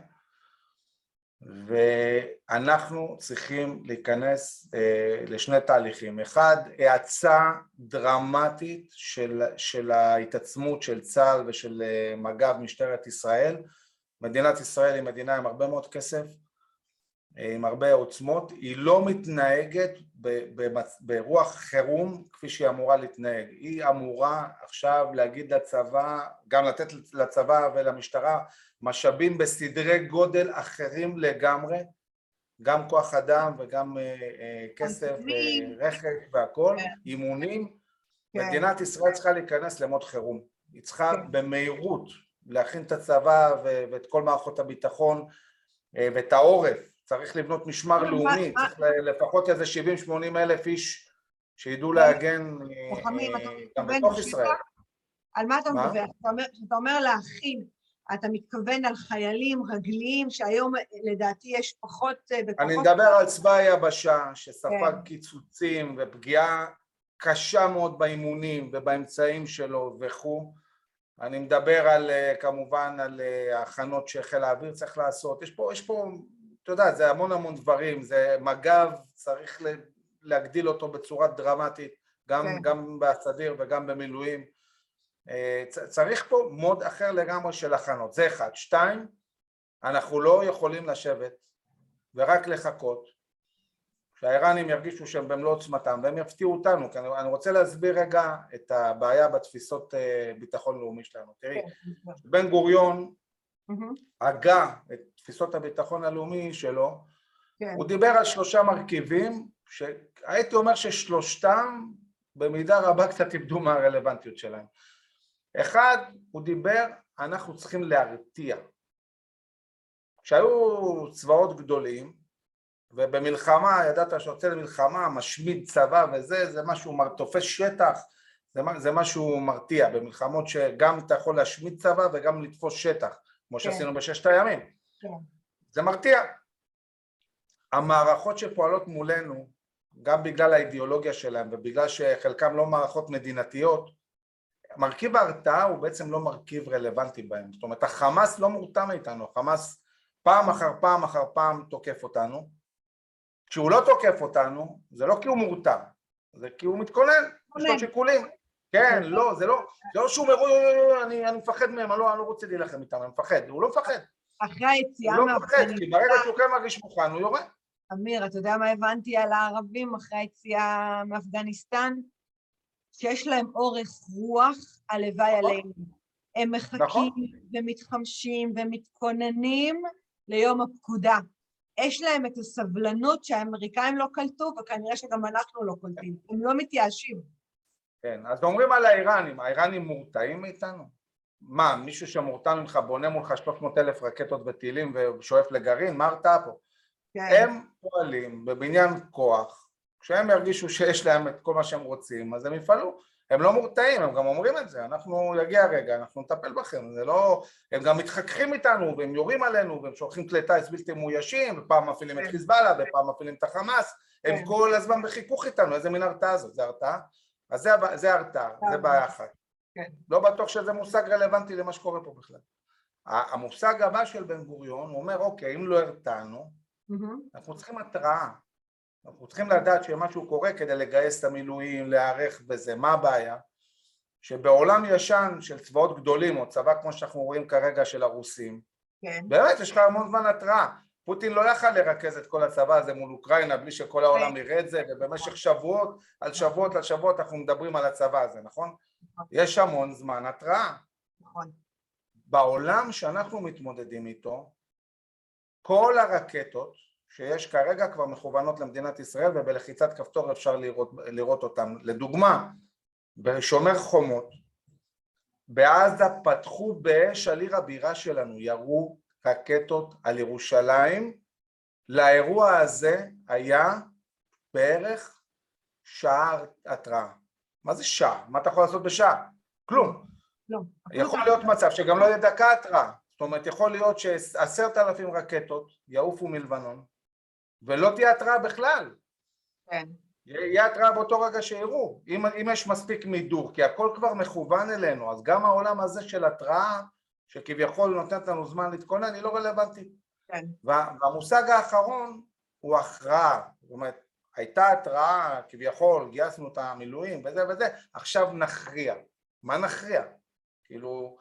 ואנחנו צריכים להיכנס אה, לשני תהליכים. אחד, האצה דרמטית של, של ההתעצמות של צה"ל ושל אה, מג"ב משטרת ישראל. מדינת ישראל היא מדינה עם הרבה מאוד כסף, עם הרבה עוצמות, היא לא מתנהגת ברוח חירום כפי שהיא אמורה להתנהג. היא אמורה עכשיו להגיד לצבא, גם לתת לצבא ולמשטרה משאבים בסדרי גודל אחרים לגמרי, גם כוח אדם וגם כסף ורכב והכל, אימונים. מדינת ישראל צריכה להיכנס למוד חירום. היא צריכה במהירות להכין את הצבא ואת כל מערכות הביטחון ואת העורף. צריך לבנות משמר לאומי, צריך לפחות איזה שבעים שמונים אלף איש שידעו להגן גם בתוך ישראל. על מה אתה מדבר? כשאתה אומר להכין, אתה מתכוון על חיילים רגליים שהיום לדעתי יש פחות... אני מדבר על צבא היבשה שספג קיצוצים ופגיעה קשה מאוד באימונים ובאמצעים שלו וכו'. אני מדבר על כמובן על ההכנות שחיל האוויר צריך לעשות. יש פה, יש פה, אתה יודע, זה המון המון דברים, זה מג"ב, צריך להגדיל אותו בצורה דרמטית, גם, גם בסדיר וגם במילואים. צריך פה מוד אחר לגמרי של הכנות, זה אחד. שתיים, אנחנו לא יכולים לשבת ורק לחכות שהאיראנים ירגישו שהם במלוא עוצמתם והם יפתיעו אותנו, כי אני רוצה להסביר רגע את הבעיה בתפיסות ביטחון לאומי שלנו. תראי, בן גוריון הגה את תפיסות הביטחון הלאומי שלו, הוא דיבר על שלושה מרכיבים שהייתי אומר ששלושתם במידה רבה קצת איבדו מהרלוונטיות שלהם. אחד, הוא דיבר, אנחנו צריכים להרתיע. כשהיו צבאות גדולים, ובמלחמה, ידעת שיוצא למלחמה, משמיד צבא וזה, זה משהו תופס שטח, זה, זה משהו מרתיע, במלחמות שגם אתה יכול להשמיד צבא וגם לתפוס שטח, כמו שעשינו בששת הימים. זה מרתיע. המערכות שפועלות מולנו, גם בגלל האידיאולוגיה שלהם ובגלל שחלקם לא מערכות מדינתיות, מרכיב ההרתעה הוא בעצם לא מרכיב רלוונטי בהם. זאת אומרת, החמאס לא מורתע מאיתנו, החמאס פעם אחר פעם אחר פעם תוקף אותנו. כשהוא לא תוקף אותנו, זה לא כי הוא מורתע, זה כי הוא מתכונן, יש לו שיקולים. כן, לא, זה לא, זה לא שהוא אומר, אני, אני מפחד מהם, אני לא, אני לא רוצה להילחם איתם, אני מפחד, הוא לא מפחד. אחרי היציאה הוא לא מפחד, כי ברגע שהוא כן מרגיש מוכן, הוא יורה. אמיר, אתה יודע מה הבנתי על הערבים אחרי היציאה מאפגניסטן? שיש להם אורך רוח הלוואי עלינו. הם מחכים ומתחמשים ומתכוננים ליום הפקודה. יש להם את הסבלנות שהאמריקאים לא קלטו, וכנראה שגם אנחנו לא קולטים. הם לא מתייאשים. כן, אז אומרים על האיראנים, האיראנים מורתעים מאיתנו? מה, מישהו שמורתע ממך בונה מולך שלוש מאות אלף רקטות וטילים ושואף לגרעין? מה הרתעה פה? כן. הם פועלים בבניין כוח, כשהם ירגישו שיש להם את כל מה שהם רוצים, אז הם יפעלו. הם לא מורתעים, הם גם אומרים את זה, אנחנו יגיע הרגע, אנחנו נטפל בכם, זה לא, הם גם מתחככים איתנו, והם יורים עלינו, והם שולחים כלי טיס בלתי מאוישים, ופעם מפעילים את חיזבאללה, ופעם מפעילים את החמאס, הם כל הזמן בחיכוך איתנו, איזה מין הרתעה זאת, זה הרתעה? אז זה, זה הרתעה, זה בעיה אחת. לא בטוח שזה מושג רלוונטי למה שקורה פה בכלל. המושג הבא של בן גוריון, הוא אומר, אוקיי, אם לא הרתענו, אנחנו צריכים התראה. אנחנו צריכים לדעת שמשהו קורה כדי לגייס את המילואים, להיערך בזה. מה הבעיה? שבעולם ישן של צבאות גדולים, או צבא כמו שאנחנו רואים כרגע של הרוסים, כן. באמת יש לך המון זמן התראה. פוטין לא יכל לרכז את כל הצבא הזה מול אוקראינה, בלי שכל העולם יראה את זה, ובמשך שבועות על שבועות על שבועות אנחנו מדברים על הצבא הזה, נכון? נכון. יש המון זמן התראה. נכון. בעולם שאנחנו מתמודדים איתו, כל הרקטות, שיש כרגע כבר מכוונות למדינת ישראל, ובלחיצת כפתור אפשר לראות, לראות אותם. לדוגמה, בשומר חומות, בעזה פתחו באש על עיר הבירה שלנו, ירו רקטות על ירושלים. לאירוע הזה היה בערך שעה התראה. מה זה שעה? מה אתה יכול לעשות בשעה? כלום. לא. יכול להיות מצב שגם לא יהיה דקה התראה. זאת אומרת, יכול להיות שעשרת אלפים רקטות יעופו מלבנון, ולא תהיה התראה בכלל. כן. יהיה התראה באותו רגע שיראו, אם, אם יש מספיק מידור, כי הכל כבר מכוון אלינו, אז גם העולם הזה של התראה, שכביכול נותנת לנו זמן להתכונן, היא לא רלוונטית. כן. והמושג האחרון הוא הכרעה, זאת אומרת, הייתה התראה, כביכול, גייסנו את המילואים וזה וזה, עכשיו נכריע. מה נכריע? כאילו,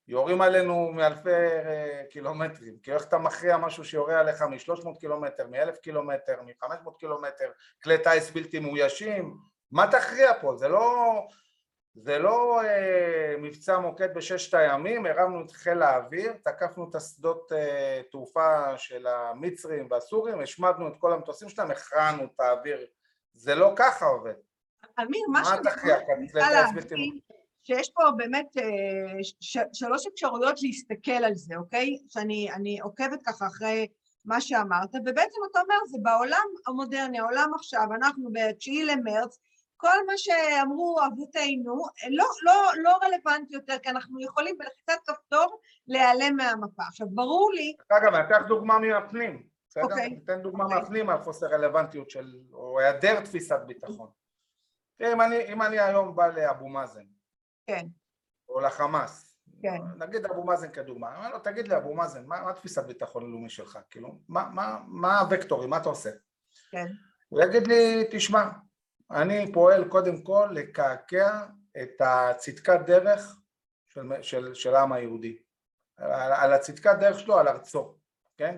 יורים עלינו מאלפי קילומטרים, כי איך אתה מכריע משהו שיורה עליך מ-שלוש מאות קילומטר, מ-אלף קילומטר, מ-חמש מאות קילומטר, כלי טייס בלתי מאוישים, מה תכריע פה? זה לא, זה לא אה, מבצע מוקד בששת הימים, הרמנו את חיל האוויר, תקפנו את השדות אה, תעופה של המצרים והסורים, השמדנו את כל המטוסים שלהם, הכרענו את האוויר, זה לא ככה עובד. אמיר, מה שאני רוצה להבין, שיש פה באמת ש, שלוש אפשרויות להסתכל על זה, אוקיי? שאני אני עוקבת ככה אחרי מה שאמרת, ובעצם אתה אומר, זה בעולם המודרני, העולם עכשיו, אנחנו בתשיעי למרץ, כל מה שאמרו אבותינו, לא, לא, לא רלוונטי יותר, כי אנחנו יכולים בלחיצת כפתור להיעלם מהמפה. עכשיו, ברור לי... אגב, אני אקח דוגמה מהפנים, בסדר? אוקיי. ניתן דוגמה אוקיי. מהפנים על חוסר רלוונטיות של, או היעדר תפיסת ביטחון. אם אני, אם אני היום בא לאבו מאזן, כן. או לחמאס, כן. נגיד אבו מאזן כדוגמה, אני אומר לו, תגיד לאבו מאזן, מה, מה תפיסת ביטחון לאומי שלך? כאילו, מה, מה, מה הוקטורים, מה אתה עושה? כן. הוא יגיד לי, תשמע, אני פועל קודם כל לקעקע את הצדקת דרך של, של, של העם היהודי, על, על הצדקת דרך שלו, על ארצו, כן?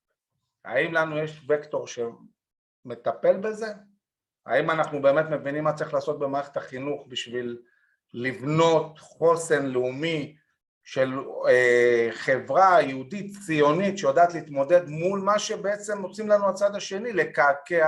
האם לנו יש וקטור שמטפל בזה? האם אנחנו באמת מבינים מה צריך לעשות במערכת החינוך בשביל לבנות חוסן לאומי של אה, חברה יהודית ציונית שיודעת להתמודד מול מה שבעצם מוצאים לנו הצד השני, לקעקע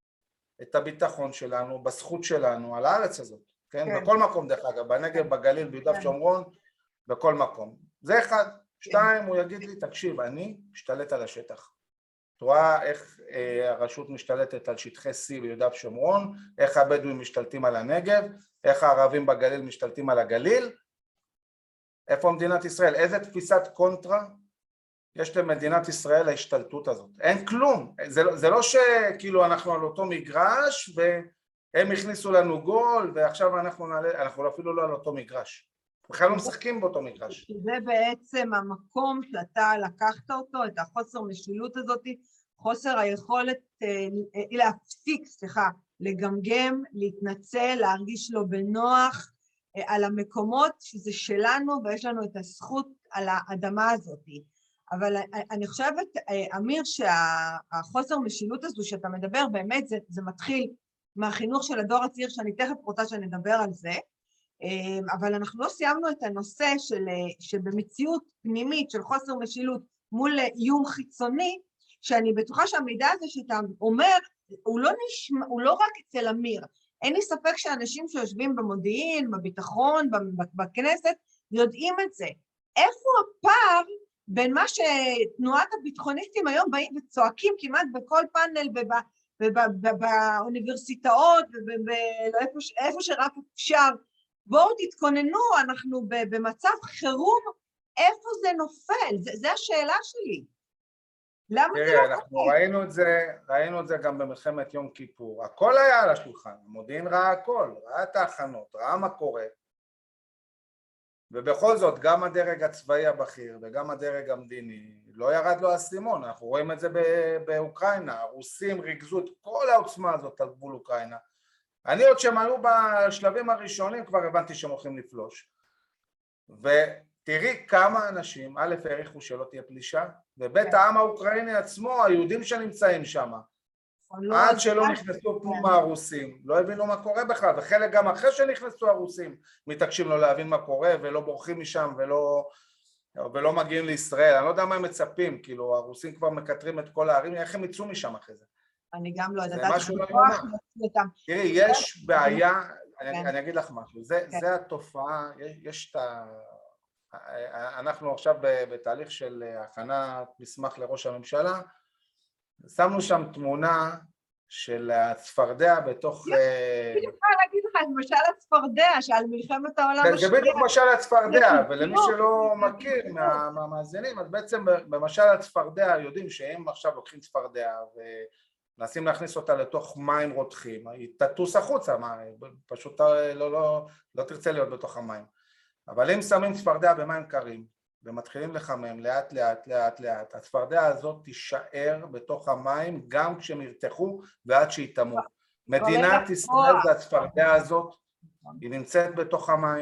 את הביטחון שלנו, בזכות שלנו על הארץ הזאת, כן? כן. בכל מקום דרך אגב, בנגב, בגליל, ביהודה ושומרון, בכל מקום. זה אחד. שתיים, הוא יגיד לי, תקשיב, אני משתלט על השטח. את רואה איך אה, הרשות משתלטת על שטחי C ביהודה ושומרון, איך הבדואים משתלטים על הנגב, איך הערבים בגליל משתלטים על הגליל, איפה מדינת ישראל, איזה תפיסת קונטרה יש למדינת ישראל ההשתלטות הזאת, אין כלום, זה, זה לא שכאילו אנחנו על אותו מגרש והם הכניסו לנו גול ועכשיו אנחנו נעלה, אנחנו אפילו לא על אותו מגרש, בכלל לא משחקים באותו מגרש. זה בעצם המקום שאתה לקחת אותו, את החוסר משילות הזאת, חוסר היכולת להפסיק, סליחה, לגמגם, להתנצל, להרגיש לו בנוח על המקומות שזה שלנו ויש לנו את הזכות על האדמה הזאת. אבל אני חושבת, אמיר, שהחוסר משילות הזו שאתה מדבר, באמת זה, זה מתחיל מהחינוך של הדור הצעיר, שאני תכף רוצה שנדבר על זה, אבל אנחנו לא סיימנו את הנושא של, שבמציאות פנימית של חוסר משילות מול איום חיצוני, שאני בטוחה שהמידע הזה שאתה אומר, הוא לא, נשמע, הוא לא רק אצל אמיר. אין לי ספק שאנשים שיושבים במודיעין, בביטחון, בכנסת, יודעים את זה. איפה הפער בין מה שתנועת הביטחוניסטים היום באים וצועקים כמעט בכל פאנל באוניברסיטאות, ואיפה שרק אפשר, בואו תתכוננו, אנחנו במצב חירום, איפה זה נופל? זה, זה השאלה שלי. למה זה לא אנחנו ראינו את זה, ראינו את זה גם במלחמת יום כיפור, הכל היה על השולחן, המודיעין ראה הכל, ראה את ההכנות, ראה מה קורה, ובכל זאת גם הדרג הצבאי הבכיר וגם הדרג המדיני לא ירד לו האסימון, אנחנו רואים את זה באוקראינה, הרוסים ריכזו את כל העוצמה הזאת על גבול אוקראינה, אני עוד שהם היו בשלבים הראשונים כבר הבנתי שהם הולכים לפלוש, ותראי כמה אנשים, א' העריכו שלא תהיה פלישה, ובית העם האוקראיני עצמו, היהודים שנמצאים שם, עד שלא נכנסו פנימה הרוסים, לא הבינו מה קורה בכלל, וחלק גם אחרי שנכנסו הרוסים, מתעקשים לא להבין מה קורה, ולא בורחים משם, ולא, ולא מגיעים לישראל, אני לא יודע מה הם מצפים, כאילו הרוסים כבר מקטרים את כל הערים, איך הם יצאו משם אחרי זה? אני גם לא יודעת, זה משהו לא יאומן. תראי, יש בעיה, אני אגיד לך משהו, זה התופעה, יש את ה... אנחנו עכשיו בתהליך של הכנת מסמך לראש הממשלה, שמנו שם תמונה של הצפרדע בתוך... אני יכולה להגיד לך, למשל הצפרדע, שעל מלחמת העולם השנייה. זה בדיוק משל הצפרדע, ולמי שלא מכיר מהמאזינים, אז בעצם במשל הצפרדע יודעים שהם עכשיו לוקחים צפרדע ומנסים להכניס אותה לתוך מים רותחים, היא תטוס החוצה, פשוט לא תרצה להיות בתוך המים. אבל אם שמים צפרדע במים קרים ומתחילים לחמם לאט לאט לאט לאט, הצפרדע הזאת תישאר בתוך המים גם כשהם ירתחו ועד שיתאמו. מדינת ישראל זה הצפרדע הזאת, היא נמצאת בתוך המים,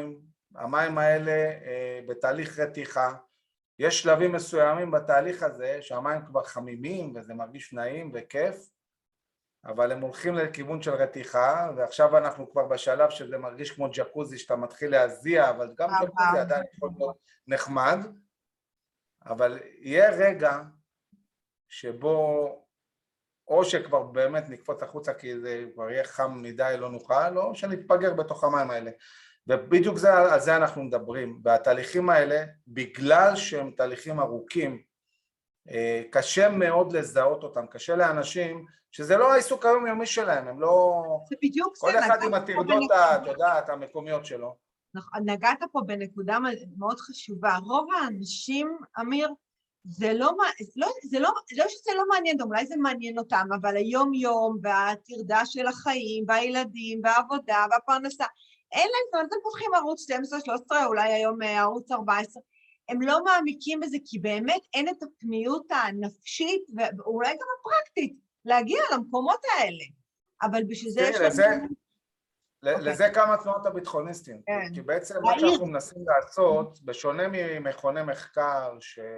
המים האלה אה, בתהליך רתיחה, יש שלבים מסוימים בתהליך הזה שהמים כבר חמימים וזה מרגיש נעים וכיף, אבל הם הולכים לכיוון של רתיחה, ועכשיו אנחנו כבר בשלב שזה מרגיש כמו ג'קוזי שאתה מתחיל להזיע, אבל גם ג'קוזי עדיין יכול להיות נחמד, אבל יהיה רגע שבו או שכבר באמת נקפוץ החוצה כי זה כבר יהיה חם מדי לא נוכל, או שנתפגר בתוך המים האלה. ובדיוק זה, על זה אנחנו מדברים. והתהליכים האלה, בגלל שהם תהליכים ארוכים, קשה מאוד לזהות אותם, קשה לאנשים, שזה לא העיסוק היומיומי שלהם, הם לא... זה בדיוק כל זה, אחד עם הטרדות, אתה יודעת, המקומיות שלו. נגעת פה בנקודה מאוד חשובה. רוב האנשים, אמיר, זה לא, לא, זה לא, לא שזה לא מעניין, אולי זה מעניין אותם, אבל היום יום והטרדה של החיים והילדים והעבודה והפרנסה, אין להם, אתם פותחים ערוץ שתים עשרה שלוש עשרה, אולי היום ערוץ ארבע עשרה, הם לא מעמיקים בזה, כי באמת אין את הפניות הנפשית ואולי גם הפרקטית להגיע למקומות האלה. אבל בשביל זה יש... לזה, לזה כמה תנועות הביטחוניסטים, כי בעצם מה שאנחנו מנסים לעשות, בשונה ממכוני מחקר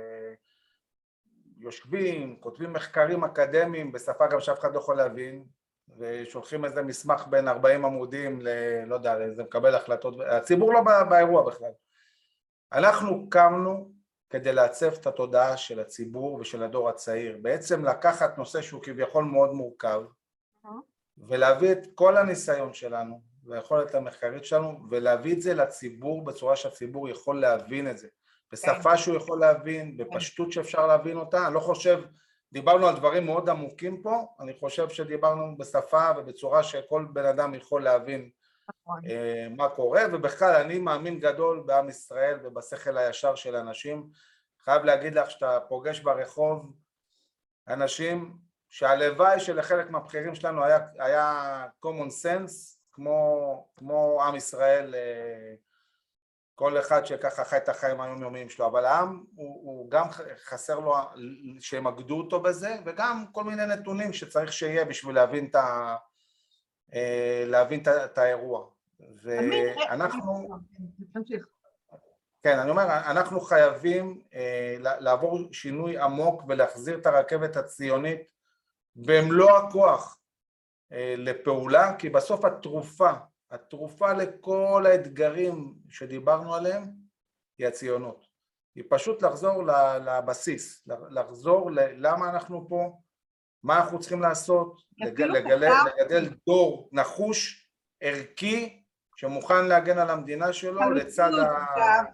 שיושבים, כותבים מחקרים אקדמיים בשפה גם שאף אחד לא יכול להבין, ושולחים איזה מסמך בין ארבעים עמודים ל... לא יודע, זה מקבל החלטות, הציבור לא באירוע בכלל. אנחנו קמנו כדי לעצב את התודעה של הציבור ושל הדור הצעיר, בעצם לקחת נושא שהוא כביכול מאוד מורכב, ולהביא את כל הניסיון שלנו, והיכולת המחקרית שלנו, ולהביא את זה לציבור בצורה שהציבור יכול להבין את זה, בשפה שהוא יכול להבין, בפשטות שאפשר להבין אותה. אני לא חושב, דיברנו על דברים מאוד עמוקים פה, אני חושב שדיברנו בשפה ובצורה שכל בן אדם יכול להבין מה קורה, ובכלל אני מאמין גדול בעם ישראל ובשכל הישר של אנשים. חייב להגיד לך שאתה פוגש ברחוב אנשים שהלוואי שלחלק מהבחירים שלנו היה, היה common sense, כמו, כמו עם ישראל, כל אחד שככה חי את החיים היומיומיים שלו, אבל העם הוא, הוא גם חסר לו שהם אגדו אותו בזה, וגם כל מיני נתונים שצריך שיהיה בשביל להבין את, ה, להבין את, את האירוע. ואנחנו, כן, אני אומר, אנחנו חייבים לעבור שינוי עמוק ולהחזיר את הרכבת הציונית במלוא הכוח לפעולה, כי בסוף התרופה, התרופה לכל האתגרים שדיברנו עליהם היא הציונות. היא פשוט לחזור לבסיס, לחזור ללמה אנחנו פה, מה אנחנו צריכים לעשות, לגדל, לגדל דור נחוש, ערכי, שמוכן להגן על המדינה שלו לצד ה...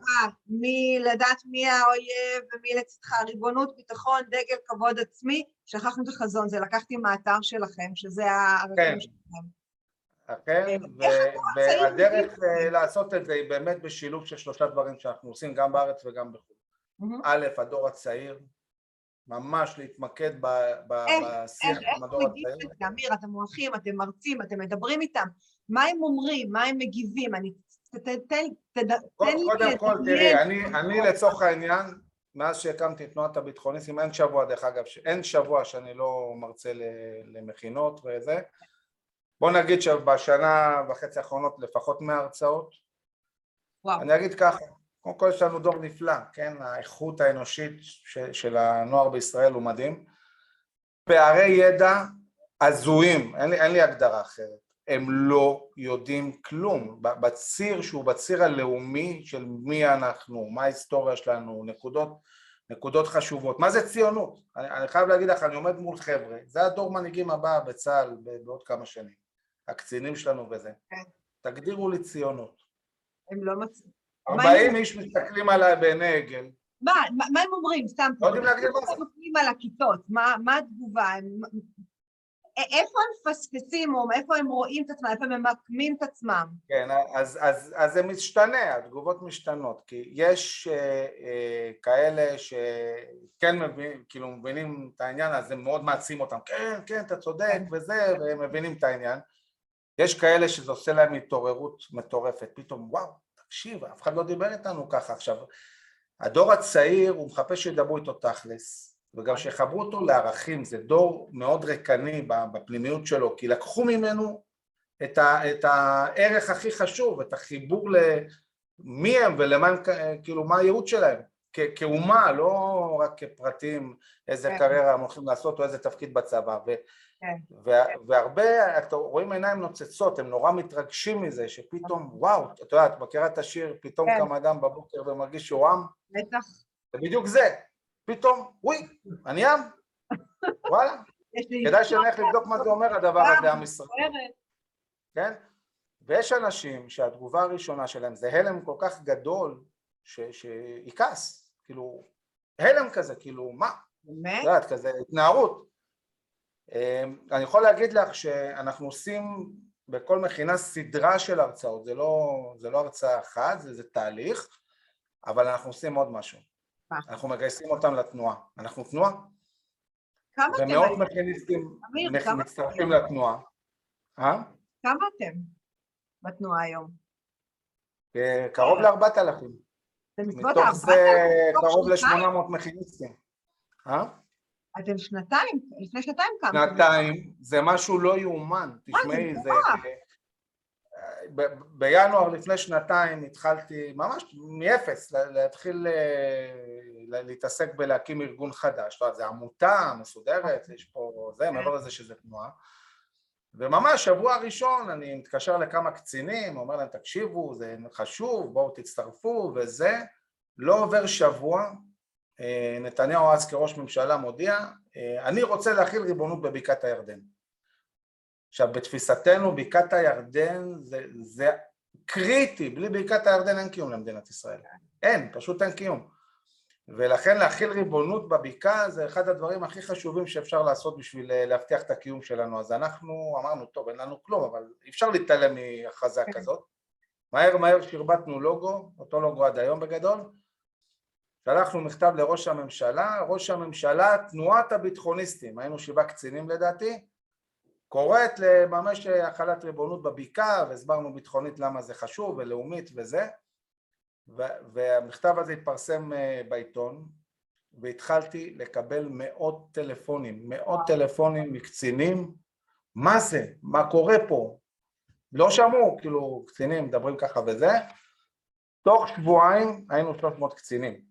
מי לדעת מי האויב ומי לצדך, ריבונות, ביטחון, דגל, כבוד עצמי, שכחנו את החזון, זה לקחתי מהאתר שלכם, שזה הערכים שלכם. אכן, והדרך לעשות את זה היא באמת בשילוב של שלושה דברים שאנחנו עושים גם בארץ וגם בחו"ל. א', הדור הצעיר, ממש להתמקד בשיח עם הדור הצעיר. אמיר, אתם הולכים, אתם מרצים, אתם מדברים איתם, מה הם אומרים, מה הם מגיבים, אני... קודם כל, תראי, אני לצורך העניין, מאז שהקמתי את תנועת הביטחוניסטים, אין שבוע דרך אגב, אין שבוע שאני לא מרצה למכינות וזה, בוא נגיד שבשנה וחצי האחרונות לפחות מאה הרצאות, אני אגיד ככה, קודם כל יש לנו דור נפלא, כן, האיכות האנושית של הנוער בישראל הוא מדהים, פערי ידע הזויים, אין לי, אין לי הגדרה אחרת, הם לא יודעים כלום, בציר שהוא בציר הלאומי של מי אנחנו, מה ההיסטוריה שלנו, נקודות, נקודות חשובות, מה זה ציונות? אני, אני חייב להגיד לך, אני עומד מול חבר'ה, זה הדור מנהיגים הבא בצה"ל בעוד כמה שנים, הקצינים שלנו וזה, תגדירו לי ציונות. הם לא מצאים. ארבעים איש מסתכלים עליי בעיני עגל. מה, מה הם אומרים? סתם, לא יודעים להגדיר מה זה. הם מסתכלים על הכיתות, מה התגובה? איפה הם מפספסים, או איפה הם רואים את עצמם, איפה הם ממקמים את עצמם? כן, אז, אז, אז זה משתנה, התגובות משתנות, כי יש אה, אה, כאלה שכן מבין, כאילו מבינים את העניין, אז הם מאוד מעצים אותם, כן, כן, אתה צודק, וזה, והם מבינים את העניין. יש כאלה שזה עושה להם התעוררות מטורפת, פתאום, וואו, תקשיב, אף אחד לא דיבר איתנו ככה. עכשיו, הדור הצעיר, הוא מחפש שידברו איתו תכלס, וגם שחברו אותו לערכים, זה דור מאוד ריקני בפנימיות שלו, כי לקחו ממנו את, ה, את הערך הכי חשוב, את החיבור ל, מי הם ולמה הם, כאילו, מה הייעוד שלהם, כ- כאומה, לא רק כפרטים, איזה כן, קריירה הם הולכים לעשות או איזה תפקיד בצבא. ו- כן, וה- והרבה, אתם רואים עיניים נוצצות, הם נורא מתרגשים מזה, שפתאום, וואו, אתה יודע, את מכירה את השיר, פתאום כן, קם אדם בבוקר ומרגיש שהוא עם? בטח. זה בדיוק זה, פתאום, וואי, אני עם, וואלה, יש לי כדאי היסטוריה, שנלך לבדוק מה זה אומר הדבר גם, הזה, עם ישראל, מפוארת. כן? ויש אנשים שהתגובה הראשונה שלהם זה הלם כל כך גדול, שיקס, כאילו, הלם כזה, כאילו, מה? באמת? את יודעת, כזה, התנערות. אני יכול להגיד לך שאנחנו עושים בכל מכינה סדרה של הרצאות, זה לא, זה לא הרצאה אחת, זה, זה תהליך, אבל אנחנו עושים עוד משהו. מה? אנחנו מגייסים אותם לתנועה. אנחנו תנועה, כמה אתם ומאות היום? מכיניסטים אמיר, מח- כמה מצטרפים אתם? לתנועה. אה? כמה אתם בתנועה היום? קרוב לארבעת אלפים. אתם בסביבות מתוך ארבעת זה אלפים תוך קרוב שנתיים? ל-שמונה מאות מכיניסטים. אה? אתם שנתיים, לפני שנתיים קמתם. שנתיים, זה משהו לא יאומן, מה, זה תשמעי, זה... מטורף. ב- בינואר לפני שנתיים התחלתי ממש מאפס להתחיל ל- להתעסק בלהקים ארגון חדש, זה עמותה מסודרת, יש פה זה, מעבר לזה שזה תנועה, וממש שבוע ראשון אני מתקשר לכמה קצינים, אומר להם תקשיבו, זה חשוב, בואו תצטרפו וזה, לא עובר שבוע, נתניהו אז כראש ממשלה מודיע, אני רוצה להחיל ריבונות בבקעת הירדן. עכשיו, בתפיסתנו, בקעת הירדן זה, זה קריטי, בלי בקעת הירדן אין קיום למדינת ישראל. אין, פשוט אין קיום. ולכן להחיל ריבונות בבקעה זה אחד הדברים הכי חשובים שאפשר לעשות בשביל להבטיח את הקיום שלנו. אז אנחנו אמרנו, טוב, אין לנו כלום, אבל אפשר להתעלם מהכרזה כזאת. מהר מהר שרבטנו לוגו, אותו לוגו עד היום בגדול. שלחנו מכתב לראש הממשלה, ראש הממשלה, תנועת הביטחוניסטים, היינו שבעה קצינים לדעתי, קוראת לממש החלת ריבונות בבקעה, והסברנו ביטחונית למה זה חשוב ולאומית וזה, והמכתב הזה התפרסם בעיתון, והתחלתי לקבל מאות טלפונים, מאות טלפונים מקצינים, מה זה? מה קורה פה? לא שמעו, כאילו קצינים מדברים ככה וזה, תוך שבועיים היינו שלוש מאות קצינים.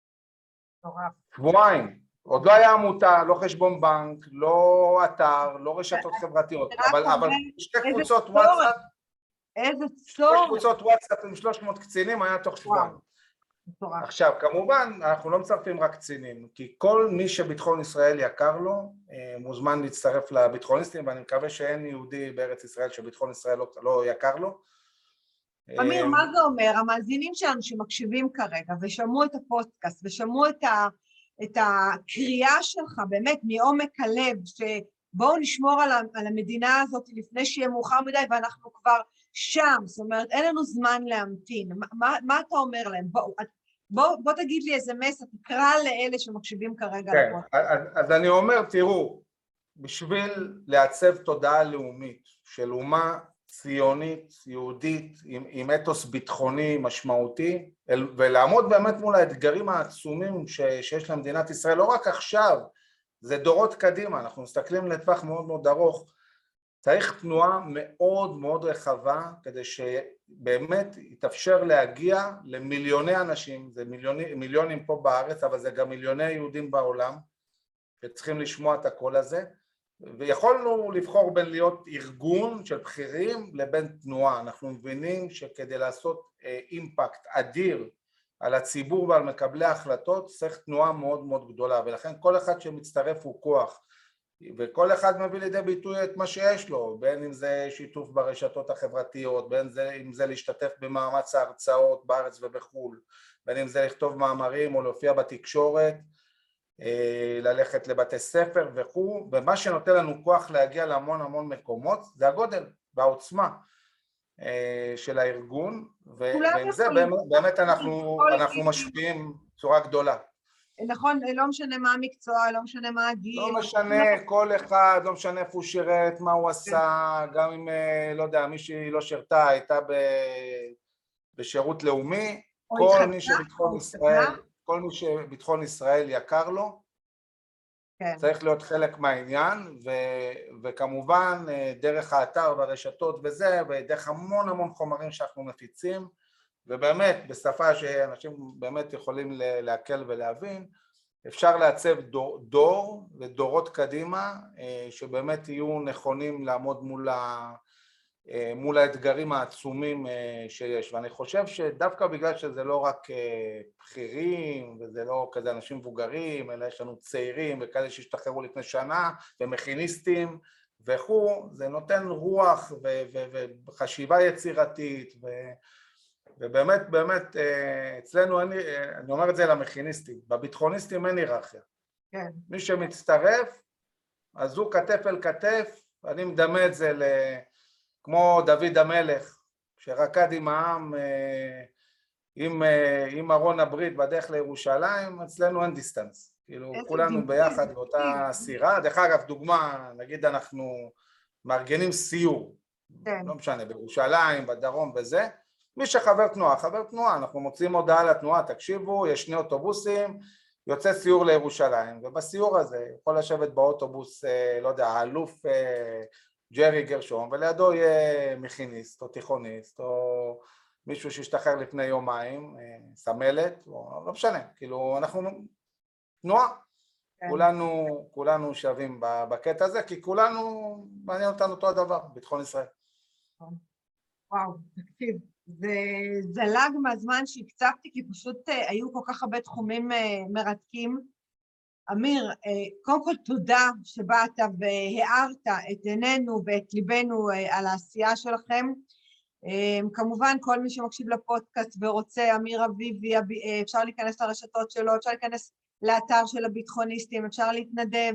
שבועיים. עוד לא היה עמותה, לא חשבון בנק, לא אתר, לא רשתות חברתיות, אבל, אבל שתי קבוצות וואטסאפ, איזה שתי צורך. קבוצות וואטסאפ עם שלוש מאות קצינים היה תוך שבועיים. עכשיו, כמובן, אנחנו לא מצטרפים רק קצינים, כי כל מי שביטחון ישראל יקר לו, מוזמן להצטרף לביטחוניסטים, ואני מקווה שאין יהודי בארץ ישראל שביטחון ישראל לא, לא יקר לו. אמיר, מה זה אומר? המאזינים שלנו שמקשיבים כרגע, ושמעו את הפודקאסט, ושמעו את ה... את הקריאה שלך, באמת, מעומק הלב, שבואו נשמור על, על המדינה הזאת לפני שיהיה מאוחר מדי, ואנחנו כבר שם, זאת אומרת, אין לנו זמן להמתין. מה, מה אתה אומר להם? בוא, בוא, בוא תגיד לי איזה מסר, תקרא לאלה שמקשיבים כרגע. כן, אז, אז אני אומר, תראו, בשביל לעצב תודעה לאומית של אומה ציונית, יהודית, עם, עם אתוס ביטחוני משמעותי, ולעמוד באמת מול האתגרים העצומים ש, שיש למדינת ישראל, לא רק עכשיו, זה דורות קדימה, אנחנו מסתכלים לטווח מאוד מאוד ארוך, צריך תנועה מאוד מאוד רחבה, כדי שבאמת יתאפשר להגיע למיליוני אנשים, זה מיליוני, מיליונים פה בארץ, אבל זה גם מיליוני יהודים בעולם, שצריכים לשמוע את הקול הזה, ויכולנו לבחור בין להיות ארגון של בכירים לבין תנועה. אנחנו מבינים שכדי לעשות אימפקט אדיר על הציבור ועל מקבלי ההחלטות צריך תנועה מאוד מאוד גדולה, ולכן כל אחד שמצטרף הוא כוח, וכל אחד מביא לידי ביטוי את מה שיש לו, בין אם זה שיתוף ברשתות החברתיות, בין אם זה להשתתף במאמץ ההרצאות בארץ ובחול, בין אם זה לכתוב מאמרים או להופיע בתקשורת, ללכת לבתי ספר וכו', ומה שנותן לנו כוח להגיע להמון המון מקומות זה הגודל והעוצמה של הארגון, ועם זה באמת, באמת אנחנו, אנחנו משפיעים בצורה גדולה. נכון, לא משנה מה המקצוע, לא משנה מה הגיל. לא משנה, כל אחד, לא משנה איפה הוא שירת, מה הוא עשה, גם אם, לא יודע, מישהי לא שירתה, הייתה בשירות לאומי, כל מי שביטחון ישראל, כל מי שביטחון ישראל יקר לו, כן. צריך להיות חלק מהעניין, ו, וכמובן דרך האתר והרשתות וזה, ודרך המון המון חומרים שאנחנו מפיצים, ובאמת, בשפה שאנשים באמת יכולים להקל ולהבין, אפשר לעצב דור, דור ודורות קדימה, שבאמת יהיו נכונים לעמוד מול, ה, מול האתגרים העצומים שיש. ואני חושב שדווקא בגלל שזה לא רק בכירים, וזה לא כזה אנשים מבוגרים, אלא יש לנו צעירים וכאלה שהשתחררו לפני שנה, ומכיניסטים וכו', זה נותן רוח ו- ו- וחשיבה יצירתית, ו- ובאמת, באמת, אצלנו, אני, אני אומר את זה למכיניסטים, בביטחוניסטים אין היררכיה. כן. מי שמצטרף, אז הוא כתף אל כתף, אני מדמה את זה כמו דוד המלך, שרקד עם העם, עם, עם ארון הברית בדרך לירושלים, אצלנו אין דיסטנס. כאילו, כולנו ביחד באותה סירה. דרך אגב, דוגמה, נגיד אנחנו מארגנים סיור, כן. לא משנה, בירושלים, בדרום וזה, מי שחבר תנועה, חבר תנועה, אנחנו מוצאים הודעה לתנועה, תקשיבו, יש שני אוטובוסים, יוצא סיור לירושלים, ובסיור הזה יכול לשבת באוטובוס, לא יודע, האלוף ג'רי גרשום, ולידו יהיה מכיניסט או תיכוניסט, או מישהו שהשתחרר לפני יומיים, סמלת, או לא משנה, כאילו אנחנו תנועה, כן. כולנו, כולנו שווים בקטע הזה, כי כולנו מעניין אותנו אותו הדבר, ביטחון ישראל. וואו, תקשיב, זה זלג מהזמן שהקצבתי, כי פשוט היו כל כך הרבה תחומים מרתקים. אמיר, קודם כל תודה שבאת והארת את עינינו ואת ליבנו על העשייה שלכם. כמובן, כל מי שמקשיב לפודקאסט ורוצה, אמיר אביבי, אפשר להיכנס לרשתות שלו, אפשר להיכנס לאתר של הביטחוניסטים, אפשר להתנדב,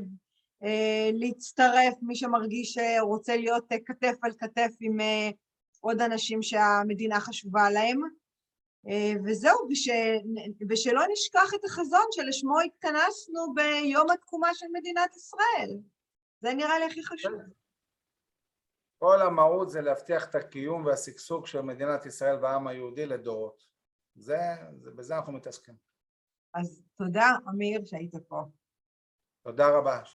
להצטרף, מי שמרגיש שרוצה להיות כתף על כתף עם עוד אנשים שהמדינה חשובה להם. וזהו, וש... ושלא נשכח את החזון שלשמו התכנסנו ביום התקומה של מדינת ישראל. זה נראה לי הכי חשוב. כל המהות זה להבטיח את הקיום והשגשוג של מדינת ישראל והעם היהודי לדורות. זה, זה, בזה אנחנו מתעסקים. אז תודה, אמיר, שהיית פה. תודה רבה.